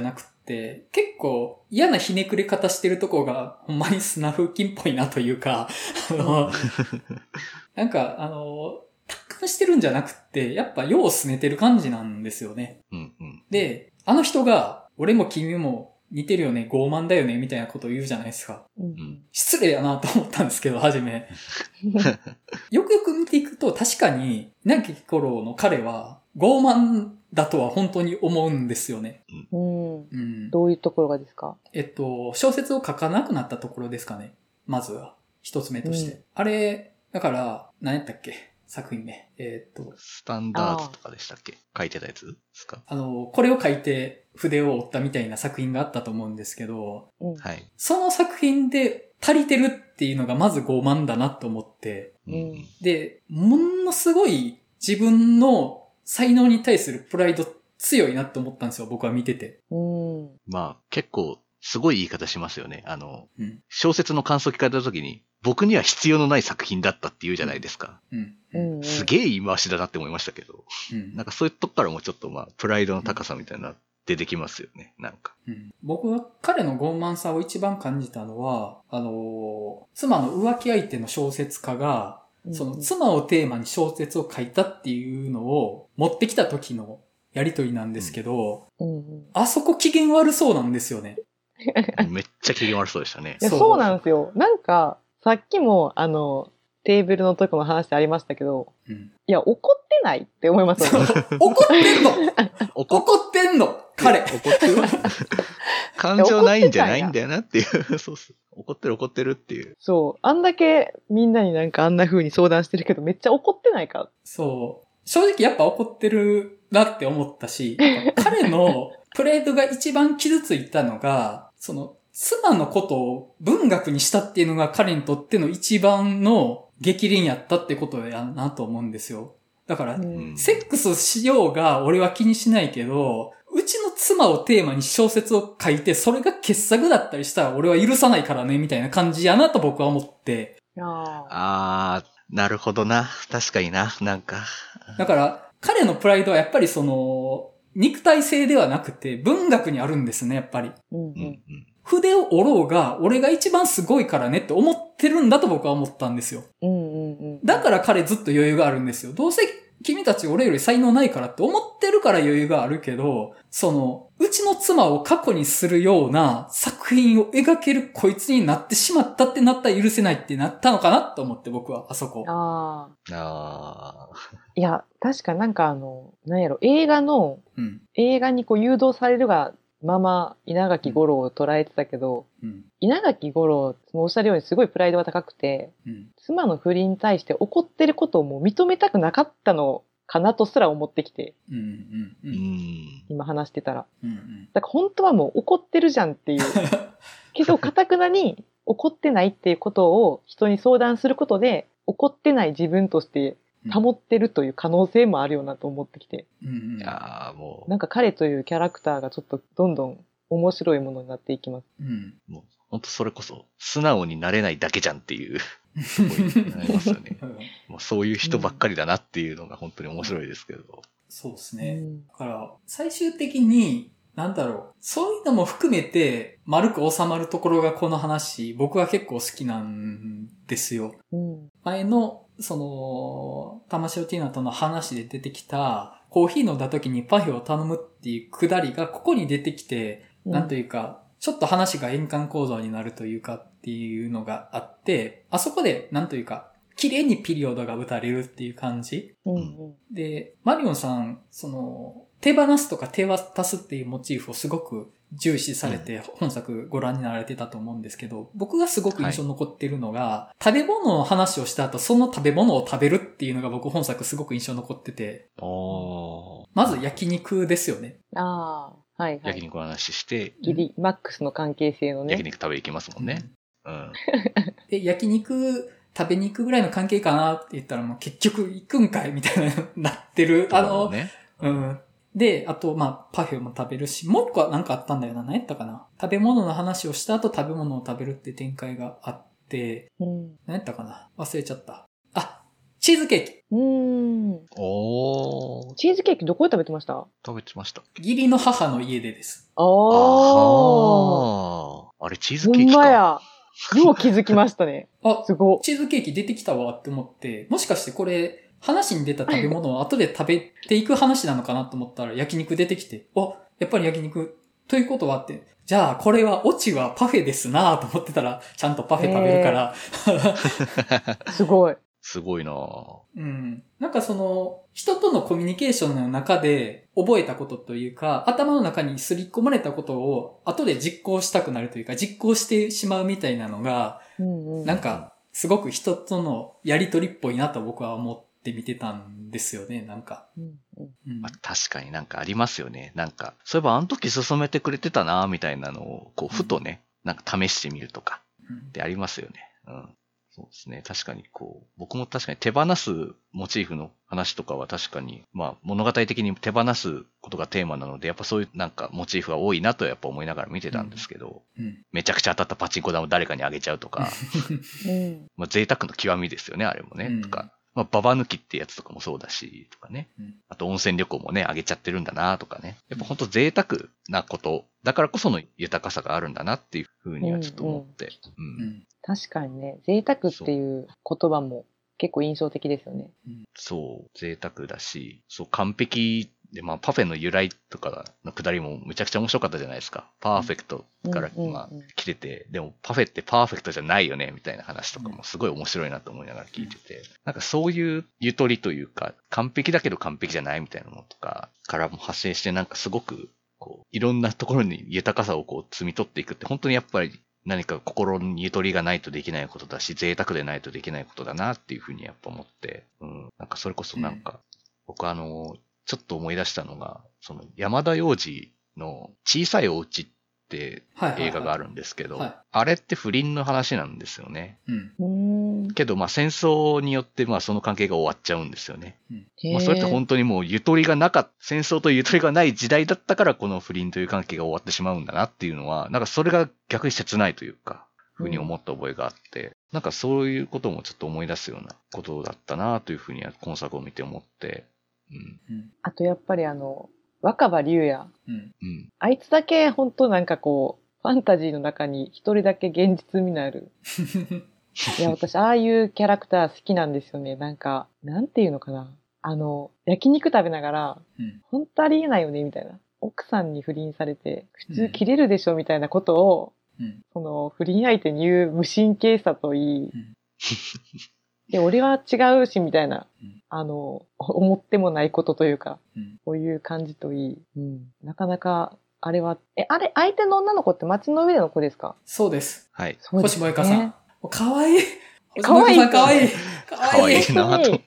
て、結構嫌なひねくれ方してるとこがほんまにスナフキンっぽいなというか、あの、なんか、あの、達観してるんじゃなくて、やっぱ世を拗ねてる感じなんですよね。 うんうん、 で、あの人が、俺も君も似てるよね、傲慢だよね、みたいなことを言うじゃないですか。 うん、 失礼やなと思ったんですけど、初め。よくよく見ていくと、確かに、稲垣吾郎の彼は、傲慢だとは本当に思うんですよね。 うん。 うん、 どういうところがですか？ えっと、小説を書かなくなったところですかね。まずは。一つ目として。うん、あれ、だから、何やったっけ作品名。えー、っと。 スタンダードとかでしたっけ書いてたやつですか？ あの、これを書いて筆を折ったみたいな作品があったと思うんですけど、 うん、 はい。 その作品で足りてるっていうのがまず傲慢だなと思って、 うん、 で、ものすごい自分の才能に対するプライド強いなって思ったんですよ、僕は見てて。 うん、 まあ、結構、すごい言い方しますよね。あの、 うん、 小説の感想聞かれた時に、僕には必要のない作品だったって言うじゃないですか。 うんうん、 すげえ言い回しだなって思いましたけど、 うん、 なんかそういうとこからもちょっとまあ、プライドの高さみたいな出てきますよね、なんか。 うん、僕が彼の傲慢さを一番感じたのは、あの、妻の浮気相手の小説家が、その妻をテーマに小説を書いたっていうのを持ってきた時のやりとりなんですけど、 うんうん、 あそこ機嫌悪そうなんですよね。 めっちゃ機嫌悪そうでしたね。 いや、そうなんですよ。なんか、さっきも、あの、テーブルのとこも話ありましたけど、うん、いや、怒ってないって思いますよね。 怒ってんの怒ってんの彼怒ってる感情ないんじゃないんだよなっていう。そうそう。怒ってる怒ってるっていう。 そう。あんだけみんなになんかあんな風に相談してるけど、めっちゃ怒ってないか。 そう。正直やっぱ怒ってるなって思ったし、彼のプライドが一番傷ついたのが、その、妻のことを文学にしたっていうのが彼にとっての一番の激鱗やったってことやなと思うんですよ。だから、うん、セックスしようが俺は気にしないけど、うちの妻をテーマに小説を書いて、それが傑作だったりしたら俺は許さないからね、みたいな感じやなと僕は思って。 ああー、なるほどな。確かにな、なんか。 だから、彼のプライドはやっぱりその、肉体性ではなくて文学にあるんですね、やっぱり。 うんうん筆を折ろうが、俺が一番すごいからねって思ってるんだと僕は思ったんですよ。 うんうんうん、 だから彼ずっと余裕があるんですよ。どうせ君たち俺より才能ないからって思ってるから余裕があるけど、その、うちの妻を過去にするような作品を描けるこいつになってしまったってなったら許せないってなったのかなと思って僕は、あそこ。 ああ。ああ。 いや、確かなんかあの、なんやろ、映画の、うん、映画にこう誘導されるが、まま稲垣吾郎を捉えてたけど、うん、稲垣吾郎、おっしゃるようにすごいプライドが高くて、うん、妻の不倫に対して怒ってることをもう認めたくなかったのかなとすら思ってきて、 うんうんうん、 今話してたら、 うんうん。 だから本当はもう怒ってるじゃんっていう。けど、堅くなに怒ってないっていうことを人に相談することで、怒ってない自分として保ってるという可能性もあるよなと思ってきて。 うんうん、 いやもうなんか彼というキャラクターがちょっとどんどん面白いものになっていきます。 うん、 もう本当それこそ素直になれないだけじゃんっていうところになりますよね。もうそういう人ばっかりだなっていうのが本当に面白いですけど。うん、 そうですね。だから最終的になんだろう。そういうのも含めて丸く収まるところがこの話、僕は結構好きなんですよ。 うん、 前のその、玉城ティーナとの話で出てきた、コーヒー飲んだ時にパフェを頼むっていうくだりがここに出てきて、うん、なんというか、ちょっと話が円環構造になるというかっていうのがあって、あそこで、なんというか、綺麗にピリオドが打たれるっていう感じ。 うんうん、 で、マリオンさん、その、手放すとか手渡すっていうモチーフをすごく重視されて本作ご覧になられてたと思うんですけど、僕がすごく印象に残っているのが、はい、食べ物の話をした後、その食べ物を食べるっていうのが僕本作すごく印象に残ってて、まず焼肉ですよね。 ああ、はいはい。 焼肉の話して、 ギリ、マックスの関係性のね。 焼肉食べ行きますもんね。うん。うん、 で、焼肉食べに行くぐらいの関係かなって言ったらもう結局行くんかいみたいななってる。あの、ね、うん。で、あと、まあ、パフェも食べるし、もう一個は何かあったんだよな。何やったかな。食べ物の話をした後食べ物を食べるって展開があって、 うん、 何やったかな。忘れちゃった。あ、 チーズケーキ。 うーん。 おー。 チーズケーキどこで食べてました？ 食べてました。 義理の母の家でです。 あー。 あれ、チーズケーキか。 ほんまや。よう気づきましたね。 あ、 すごい。 チーズケーキ出てきたわって思って、もしかしてこれ、話に出た食べ物を後で食べていく話なのかなと思ったら焼肉出てきて、あ、やっぱり焼肉ということはって、じゃあこれはオチはパフェですなぁと思ってたら、ちゃんとパフェ食べるから。 えー、すごい。 すごいなぁ。 うん。なんかその、人とのコミュニケーションの中で覚えたことというか、頭の中にすり込まれたことを後で実行したくなるというか、実行してしまうみたいなのが、うんうん、なんか、すごく人とのやりとりっぽいなと僕は思って見てたんですよね、なんか。 うんうんうんまあ、確かになんかありますよね。なんか、そういえばあの時進めてくれてたなみたいなのを、こう、ふとね、うん、なんか試してみるとか、ってありますよね。うん。そうですね。確かにこう、僕も確かに手放すモチーフの話とかは確かに、まあ物語的に手放すことがテーマなので、やっぱそういうなんかモチーフが多いなとやっぱ思いながら見てたんですけど、うんうん、めちゃくちゃ当たったパチンコ玉を誰かにあげちゃうとか、うん、まあ贅沢の極みですよね、あれもね、うん、とか。まあ、ババ抜きってやつとかもそうだし、とかね。うん、あと温泉旅行もね、あげちゃってるんだなとかね。やっぱほんと贅沢なこと、だからこその豊かさがあるんだなっていうふうにはちょっと思って。うんうんうん確かにね、贅沢っていう言葉も結構印象的ですよね。 そう、贅沢だし、そう、完璧で、まあ、パフェの由来とかのくだりもめちゃくちゃ面白かったじゃないですか。パーフェクトから、うん、まあ、来てて、でもパフェってパーフェクトじゃないよね、みたいな話とかもすごい面白いなと思いながら聞いてて、なんかそういうゆとりというか、完璧だけど完璧じゃないみたいなのとかからも派生して、なんかすごく、こう、いろんなところに豊かさをこう、摘み取っていくって、本当にやっぱり、何か心にゆとりがないとできないことだし、贅沢でないとできないことだなっていうふうにやっぱ思って、うん。なんかそれこそなんか、うん、僕あの、ちょっと思い出したのが、その山田洋次の小さいお家って映画があるんですけど、はいはいはい、あれって不倫の話なんですよね。うん、けどまあ戦争によってまあその関係が終わっちゃうんですよね。うんまあ、それって本当にもうゆとりがなかった、戦争とゆとりがない時代だったからこの不倫という関係が終わってしまうんだなっていうのは、なんかそれが逆に切ないというか、ふうに思った覚えがあって、うん、なんかそういうこともちょっと思い出すようなことだったなというふうには今作を見て思って、 うん、あとやっぱりあの、若葉龍也、うん、あいつだけ本当なんかこう、ファンタジーの中に一人だけ現実味のある。いや、私、ああいうキャラクター好きなんですよね。なんか、なんていうのかな。あの、焼肉食べながら、うん、本当ありえないよね、みたいな。奥さんに不倫されて、普通切れるでしょ、みたいなことを、うん、その、不倫相手に言う無神経さといい、うん、で、俺は違うし、みたいな、うん、あの、思ってもないことというか、うん、こういう感じといい、うん、なかなか、あれは、え、あれ、相手の女の子って街の上での子ですか？ そうです。 はい。 星萌香さん。かわいい。かわいい。かわいい。 かわいいなと。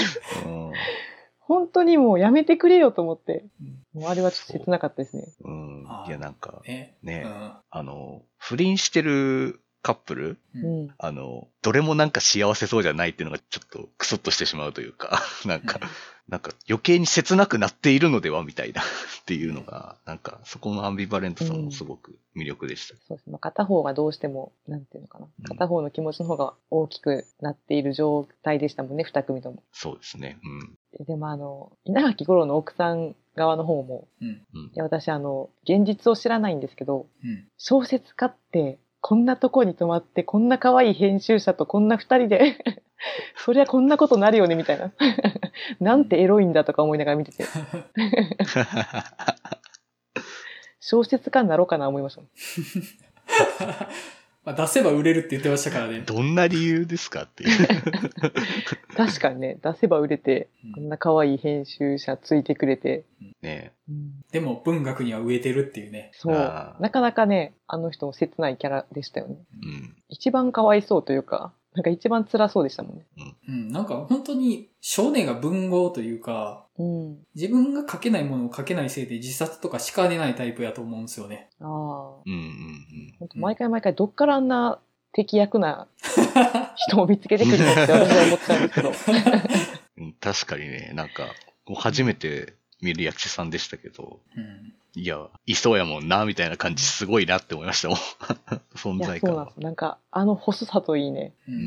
本当にもうやめてくれよと思って。もうあれはちょっと切なかったですね。 う。うん。いや、なんか、ね、ねうん、あの、不倫してるカップル、うん、あの、どれもなんか幸せそうじゃないっていうのがちょっとクスッとしてしまうというか、なんか、うん、なんか余計に切なくなっているのではみたいなっていうのが、なんかそこのアンビバレントさもすごく魅力でした。うん、 そうですね。片方がどうしても、なんていうのかな。片方の気持ちの方が大きくなっている状態でしたもんね、二組とも。 そうですね。 うん。でもあの、稲垣吾郎の奥さん側の方も、うん、いや私あの、現実を知らないんですけど、うん、小説家って、こんなとこに泊まって、こんな可愛い編集者とこんな二人で、そりゃこんなことなるよね、みたいな。なんてエロいんだとか思いながら見てて。小説家になろうかな思いました。 まあ出せば売れるって言ってましたからね。 どんな理由ですかっていう。 確かにね、出せば売れて、こんな可愛い編集者ついてくれて。 ねうん、でも文学には植えてるっていうね。 そう。なかなかね、あの人も切ないキャラでしたよね。うん、一番かわいそうというか、なんか一番辛そうでしたもんね。 うん、うん、なんか本当に少年が文豪というか、うん、自分が書けないものを書けないせいで自殺とかしかねないタイプやと思うんですよね。ああ。うんうんうん。本当毎回毎回どっからあんな敵役な人を見つけてくるのって私は思ってたんですけど。 確かにね、なんか初めて見る役者さんでしたけど、うん、いや、いそうやもんな、みたいな感じすごいなって思いましたもん。存在感は。 そうなんです。なんか、あの細さといいね。 うん。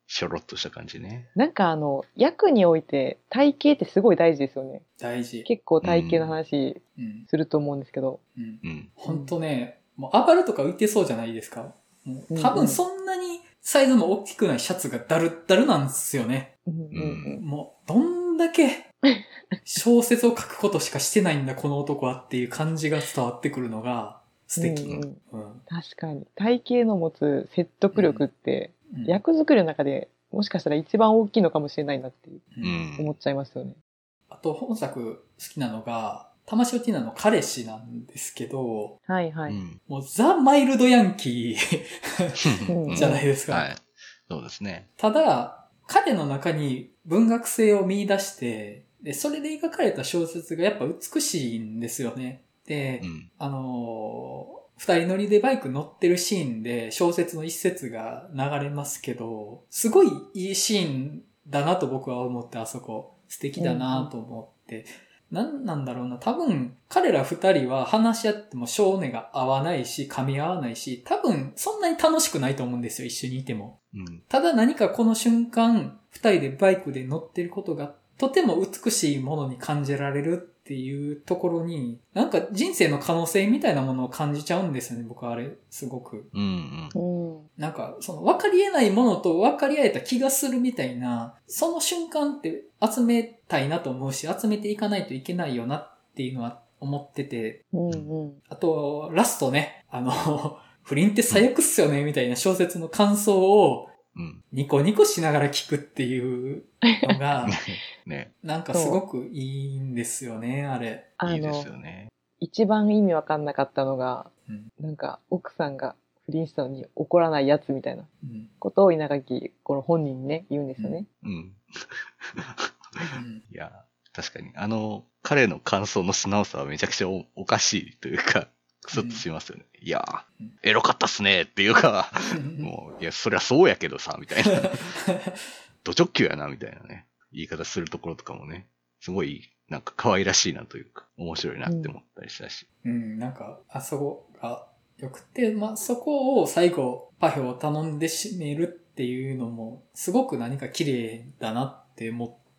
しょろっとした感じね。 なんかあの、役において体型ってすごい大事ですよね。 大事。 結構体型の話すると思うんですけど。 うん。うん。ほんとね、もう上がるとか浮いてそうじゃないですか。もう多分そんなにサイズも大きくないシャツがダルダルなんですよね。 うんうんうん、 もう、どんだけ小説を書くことしかしてないんだ、この男はっていう感じが伝わってくるのが素敵。うんうんうん、確かに。体型の持つ説得力って、うん、役作りの中でもしかしたら一番大きいのかもしれないなって思っちゃいますよね。 あと、本作好きなのが、玉城ティナの彼氏なんですけど、 はいはい。 もうザ・マイルドヤンキーじゃないですか。 はい。そうですね。 ただ、彼の中に文学性を見出して、で、それで描かれた小説がやっぱ美しいんですよね。で、うん、あのー、二人乗りでバイク乗ってるシーンで小説の一節が流れますけど、すごいいいシーンだなと僕は思って、あそこ素敵だなと思って、うん、なんなんだろうな、多分彼ら二人は話し合っても性根が合わないし、噛み合わないし、多分そんなに楽しくないと思うんですよ、一緒にいても。うん、ただ何かこの瞬間、二人でバイクで乗ってることがとても美しいものに感じられるっていうところに、なんか人生の可能性みたいなものを感じちゃうんですよね、僕はあれ、すごく。うんうん、なんか、その分かり得ないものと分かり合えた気がするみたいな、その瞬間って集めたいなと思うし、集めていかないといけないよなっていうのは思ってて。うんうん、あと、ラストね、あの、不倫って最悪っすよね、みたいな小説の感想を、うん、ニコニコしながら聞くっていうのが、ね、なんかすごくいいんですよね、あれ。 いいですよね。 一番意味わかんなかったのが、うん、なんか奥さんが不倫したのに怒らないやつみたいなことを稲垣この本人にね、言うんですよね。うん。うん、 いや、確かに。あの、彼の感想の素直さはめちゃくちゃ お, おかしいというか、クスッとしますよね。うん、いやー、エロかったっすねっていうか、もう、いや、そりゃそうやけどさ、みたいな。ド直球やな、みたいなね。言い方するところとかもね、すごい、なんか可愛らしいなというか、面白いなって思ったりしたし。 うん、うん、なんか、あそこが良くて、まあ、そこを最後、パフェを頼んで締めるっていうのも、すごく何か綺麗だなって思って、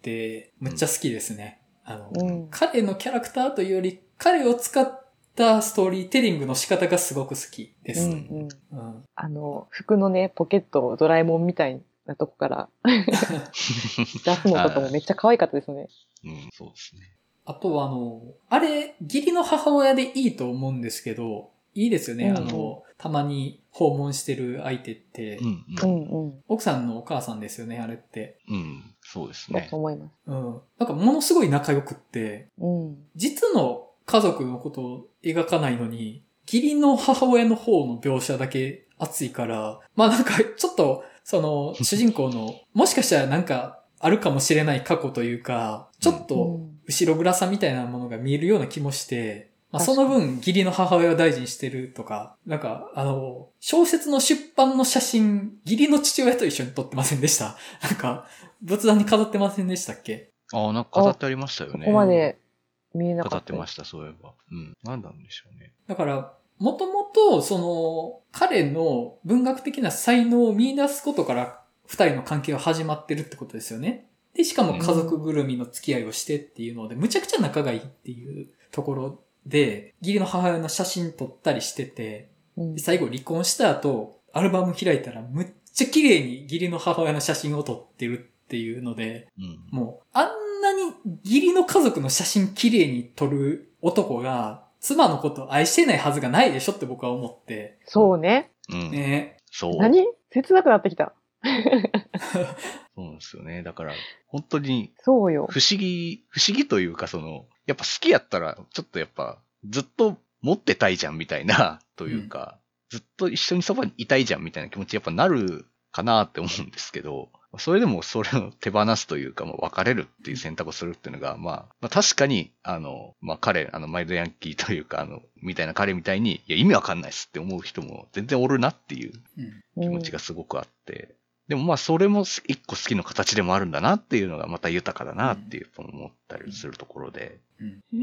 めっちゃ好きですね。うん、あの、うん、彼のキャラクターというより、彼を使ったストーリーテリングの仕方がすごく好きです。うんうんうん、あの、服のね、ポケットをドラえもんみたいなとこから出すのとかもめっちゃ可愛かったですね。 うん、そうですね。 あとはあの、あれ、義理の母親でいいと思うんですけど、いいですよね。うんうん、あの、たまに訪問してる相手って、うんうん、奥さんのお母さんですよね、あれって。 うん、そうですね。 だと思います。 うん。なんかものすごい仲良くって、うん、実の家族のことを描かないのに、義理の母親の方の描写だけ熱いから、まあなんかちょっと、その、主人公の、もしかしたらなんか、あるかもしれない過去というか、ちょっと、後ろ暗さみたいなものが見えるような気もして、まあ、その分、義理の母親を大事にしてるとか、なんか、あの、小説の出版の写真、義理の父親と一緒に撮ってませんでした？なんか、仏壇に飾ってませんでしたっけ？ ああ、なんか飾ってありましたよね。 ここまで見えなかった。 飾ってました、そういえば。うん。なんなんでしょうね。 だから、もともと、その、彼の文学的な才能を見出すことから、二人の関係は始まってるってことですよね。で、しかも家族ぐるみの付き合いをしてっていうので、むちゃくちゃ仲がいいっていうところで、義理の母親の写真撮ったりしてて、で最後離婚した後、アルバム開いたらむっちゃ綺麗に義理の母親の写真を撮ってるっていうので、うん、もう、あんなに義理の家族の写真綺麗に撮る男が、妻のことを愛してないはずがないでしょって僕は思って。 そうね。 うん、 ね。 そう。 何？切なくなってきた。 そうなんですよね。だから、本当に、 そうよ。 不思議、不思議というか、その、やっぱ好きやったら、ちょっとやっぱ、ずっと持ってたいじゃんみたいな、というか、うん、ずっと一緒にそばにいたいじゃんみたいな気持ちやっぱなるかなって思うんですけど、それでもそれを手放すというか、まあ、別れるっていう選択をするっていうのが、まあ、まあ、確かに、あの、まあ彼、あの、マイルドヤンキーというか、あの、みたいな彼みたいに、いや、意味わかんないっすって思う人も全然おるなっていう気持ちがすごくあって、うんでもまあそれも一個好きの形でもあるんだなっていうのがまた豊かだなっていう思ったりするところで。 うん、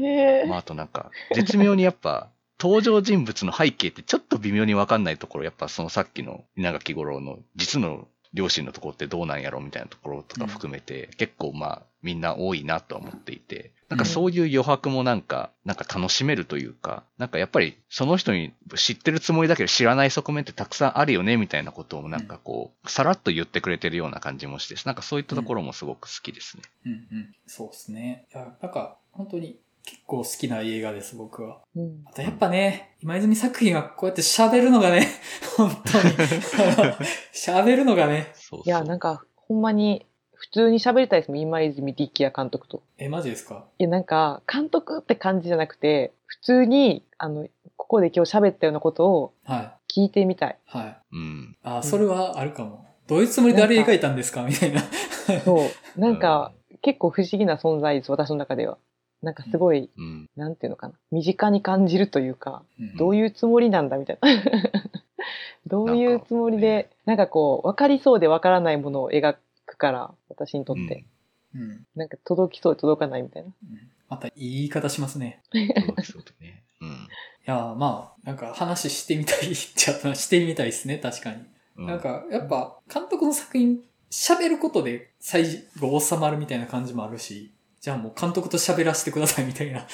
まああとなんか絶妙にやっぱ登場人物の背景ってちょっと微妙にわかんないところやっぱそのさっきの稲垣吾郎の実の両親のところってどうなんやろみたいなところとか含めて、うん、結構まあみんな多いなとは思っていて、なんかそういう余白もなんか、なんか楽しめるというか、なんかやっぱりその人に知ってるつもりだけど知らない側面ってたくさんあるよねみたいなことをなんかこう、さらっと言ってくれてるような感じもして、なんかそういったところもすごく好きですね。 うんうん、うん、そうですね。いや、なんか本当に結構好きな映画です、僕は。うん、あとやっぱね、今泉作品はこうやって喋るのがね、本当に。喋るのがね。 そうそう。いや、なんか、ほんまに、普通に喋りたいですもん、今泉力也監督と。 え、マジですか？ いや、なんか、監督って感じじゃなくて、普通に、あの、ここで今日喋ったようなことを、聞いてみたい。 はい。はい。うん。あ、それはあるかも。どういうつもりであれ描いたんですかみたいな。 そう。なんか、結構不思議な存在です、私の中では。なんかすごい、うん、なんていうのかな。身近に感じるというか、うん、どういうつもりなんだみたいな。どういうつもりで、なんかこう、分かりそうで分からないものを描くから、私にとって。うん。なんか届きそうで届かないみたいな。うん、 またいい言い方しますね。届きそうだね。うん。いや、まあ、なんか話してみたいっちゃったしてみたいですね、確かに。うん、なんか、やっぱ、監督の作品、喋ることで最後収まるみたいな感じもあるし、じゃあもう監督と喋らせてくださいみたいな。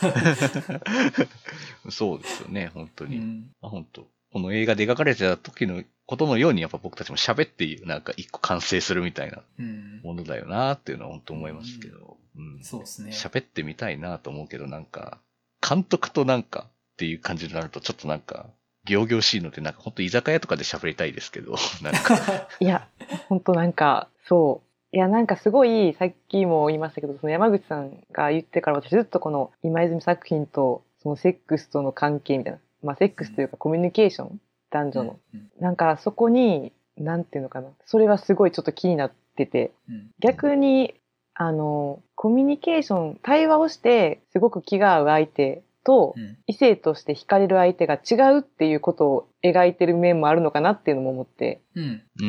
そうですよね、本当に。うん、あ本当この映画で描かれてた時のことのように、やっぱ僕たちも喋っていう、なんか一個完成するみたいなものだよなっていうのは本当思いますけど。 うんうん、そうですね。 喋ってみたいなと思うけど、なんか、監督となんかっていう感じになると、ちょっとなんか、仰々しいので、なんか本当居酒屋とかで喋りたいですけど、なんか。 いや、本当なんか、そう。いや、なんかすごい、さっきも言いましたけど、その山口さんが言ってから私ずっとこの今泉作品とそのセックスとの関係みたいな、まあセックスというかコミュニケーション、男女の。うんうん、なんかそこに、なんていうのかな。それはすごいちょっと気になってて、うん、逆に、あの、コミュニケーション、対話をしてすごく気が合う相手と、うん、異性として惹かれる相手が違うっていうことを描いてる面もあるのかなっていうのも思って、うん。うん。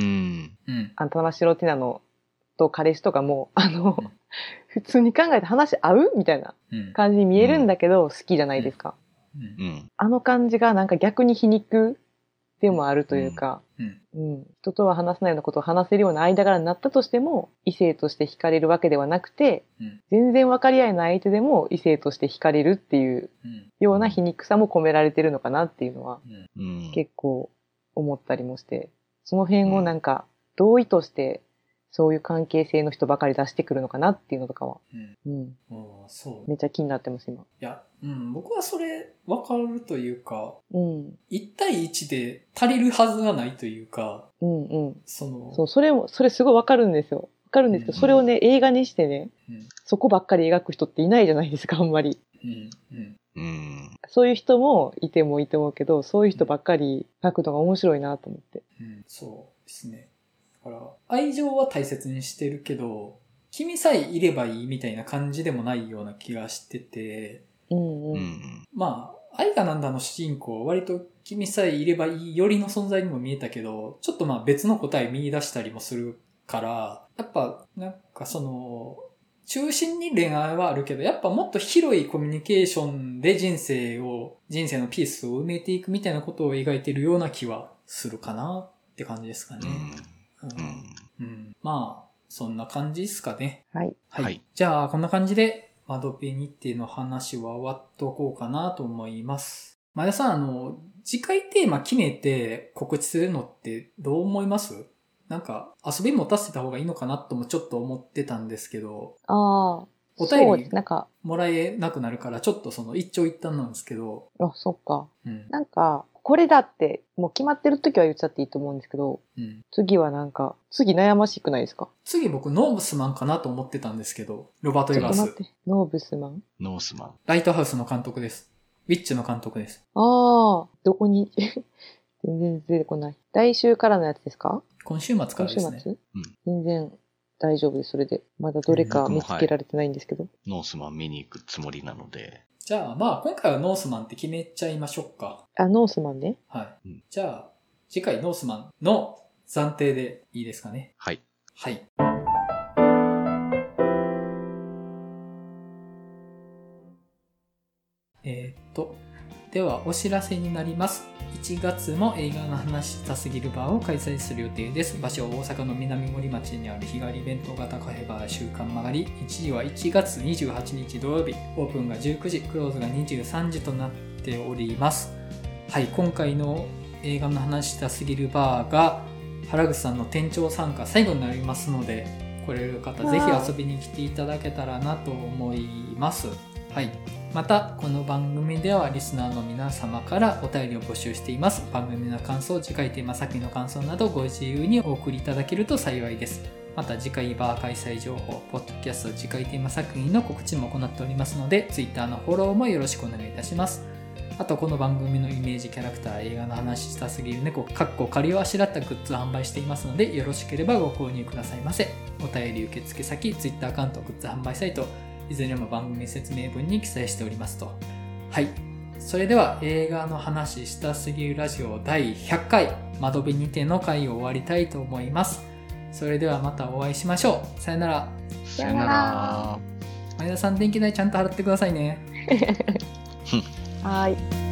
あの、玉城ティナのと彼氏とかも、あの、うん、普通に考えて話合うみたいな感じに見えるんだけど、うん、好きじゃないですか、うんうん。あの感じがなんか逆に皮肉でもあるというか、うんうん、人とは話せないようなことを話せるような間柄になったとしても、異性として惹かれるわけではなくて、うん、全然分かり合えない相手でも異性として惹かれるっていうような皮肉さも込められてるのかなっていうのは、うん、結構思ったりもして、その辺をなんか、どう意図してそういう関係性の人ばかり出してくるのかなっていうのとかは、うん。うん、そう。めっちゃ気になってます、今。 いや、うん、僕はそれ分かるというか、うん。いち対いちで足りるはずがないというか、うんうん。 その、そう、それも、それすごい分かるんですよ。分かるんですけど、うん、それをね、映画にしてね、うん、そこばっかり描く人っていないじゃないですか、あんまり。うんうんうん、そういう人もいてもいいと思うけど、そういう人ばっかり描くのが面白いなと思って。 うん、そうですね。だから愛情は大切にしてるけど、君さえいればいいみたいな感じでもないような気がしてて、うんうん、まあ、愛がなんだの主人公、割と君さえいればいいよりの存在にも見えたけど、ちょっとまあ別の答え見出したりもするから、やっぱなんかその、中心に恋愛はあるけど、やっぱもっと広いコミュニケーションで人生を、人生のピースを埋めていくみたいなことを描いているような気はするかなって感じですかね。うんうんうん、まあ、そんな感じですかね。はい。はい。はい、じゃあ、こんな感じで、窓辺日程の話は終わっとこうかなと思います。前田さん、あの、次回テーマ決めて告知するのってどう思います？なんか、遊び持たせた方がいいのかなともちょっと思ってたんですけど。ああ。お便りもらえなくなるから、ちょっとその一長一短なんですけど。 あ、そっか。うん、なんか、これだって、もう決まってる時は言っちゃっていいと思うんですけど、うん、次はなんか、次悩ましくないですか？ 次僕、ノーブスマンかなと思ってたんですけど、ロバート・エガース。ちょっと待って、 ノーブスマン？ ノースマン。 ライトハウスの監督です。ウィッチの監督です。 ああ、どこに全然出てこない。来週からのやつですか？ 今週末からですね。 今週末？うん。全然大丈夫です、それで。まだどれか見つけられてないんですけど。はい、 ノースマン見に行くつもりなので。 じゃあ、まあ、今回はノースマンって決めちゃいましょうか。 あ、ノースマンね。 はい。うん、じゃあ、次回ノースマンの暫定でいいですかね。 はい。 はい。えー、っと、 ではお知らせになります。いちがつも映画の話したすぎるバーを開催する予定です。場所は大阪の南森町にある日帰り弁当型カフェバー週刊曲がり。日時はいちがつにじゅうはちにち土曜日。オープンがじゅうくじ、クローズがにじゅうさんじとなっております。はい、今回の映画の話したすぎるバーが原口さんの店長参加最後になりますので、来れる方ぜひ遊びに来ていただけたらなと思います。はい。またこの番組ではリスナーの皆様からお便りを募集しています。番組の感想、次回テーマ作品の感想などご自由にお送りいただけると幸いです。また次回バー開催情報、ポッドキャスト次回テーマ作品の告知も行っておりますので、 Twitter のフォローもよろしくお願いいたします。あとこの番組のイメージキャラクター、映画の話したすぎる猫かっこ仮をあしらったグッズを販売していますので、よろしければご購入くださいませ。お便り受付先、Twitter アカウント、グッズ販売サイト、いずれも番組説明文に記載しておりますと。はい。それでは映画の話したすぎるラジオだいひゃっかい窓辺にての回を終わりたいと思います。それではまたお会いしましょう。さよなら。 さよなら。 前田さん、電気代ちゃんと払ってくださいね。 はい。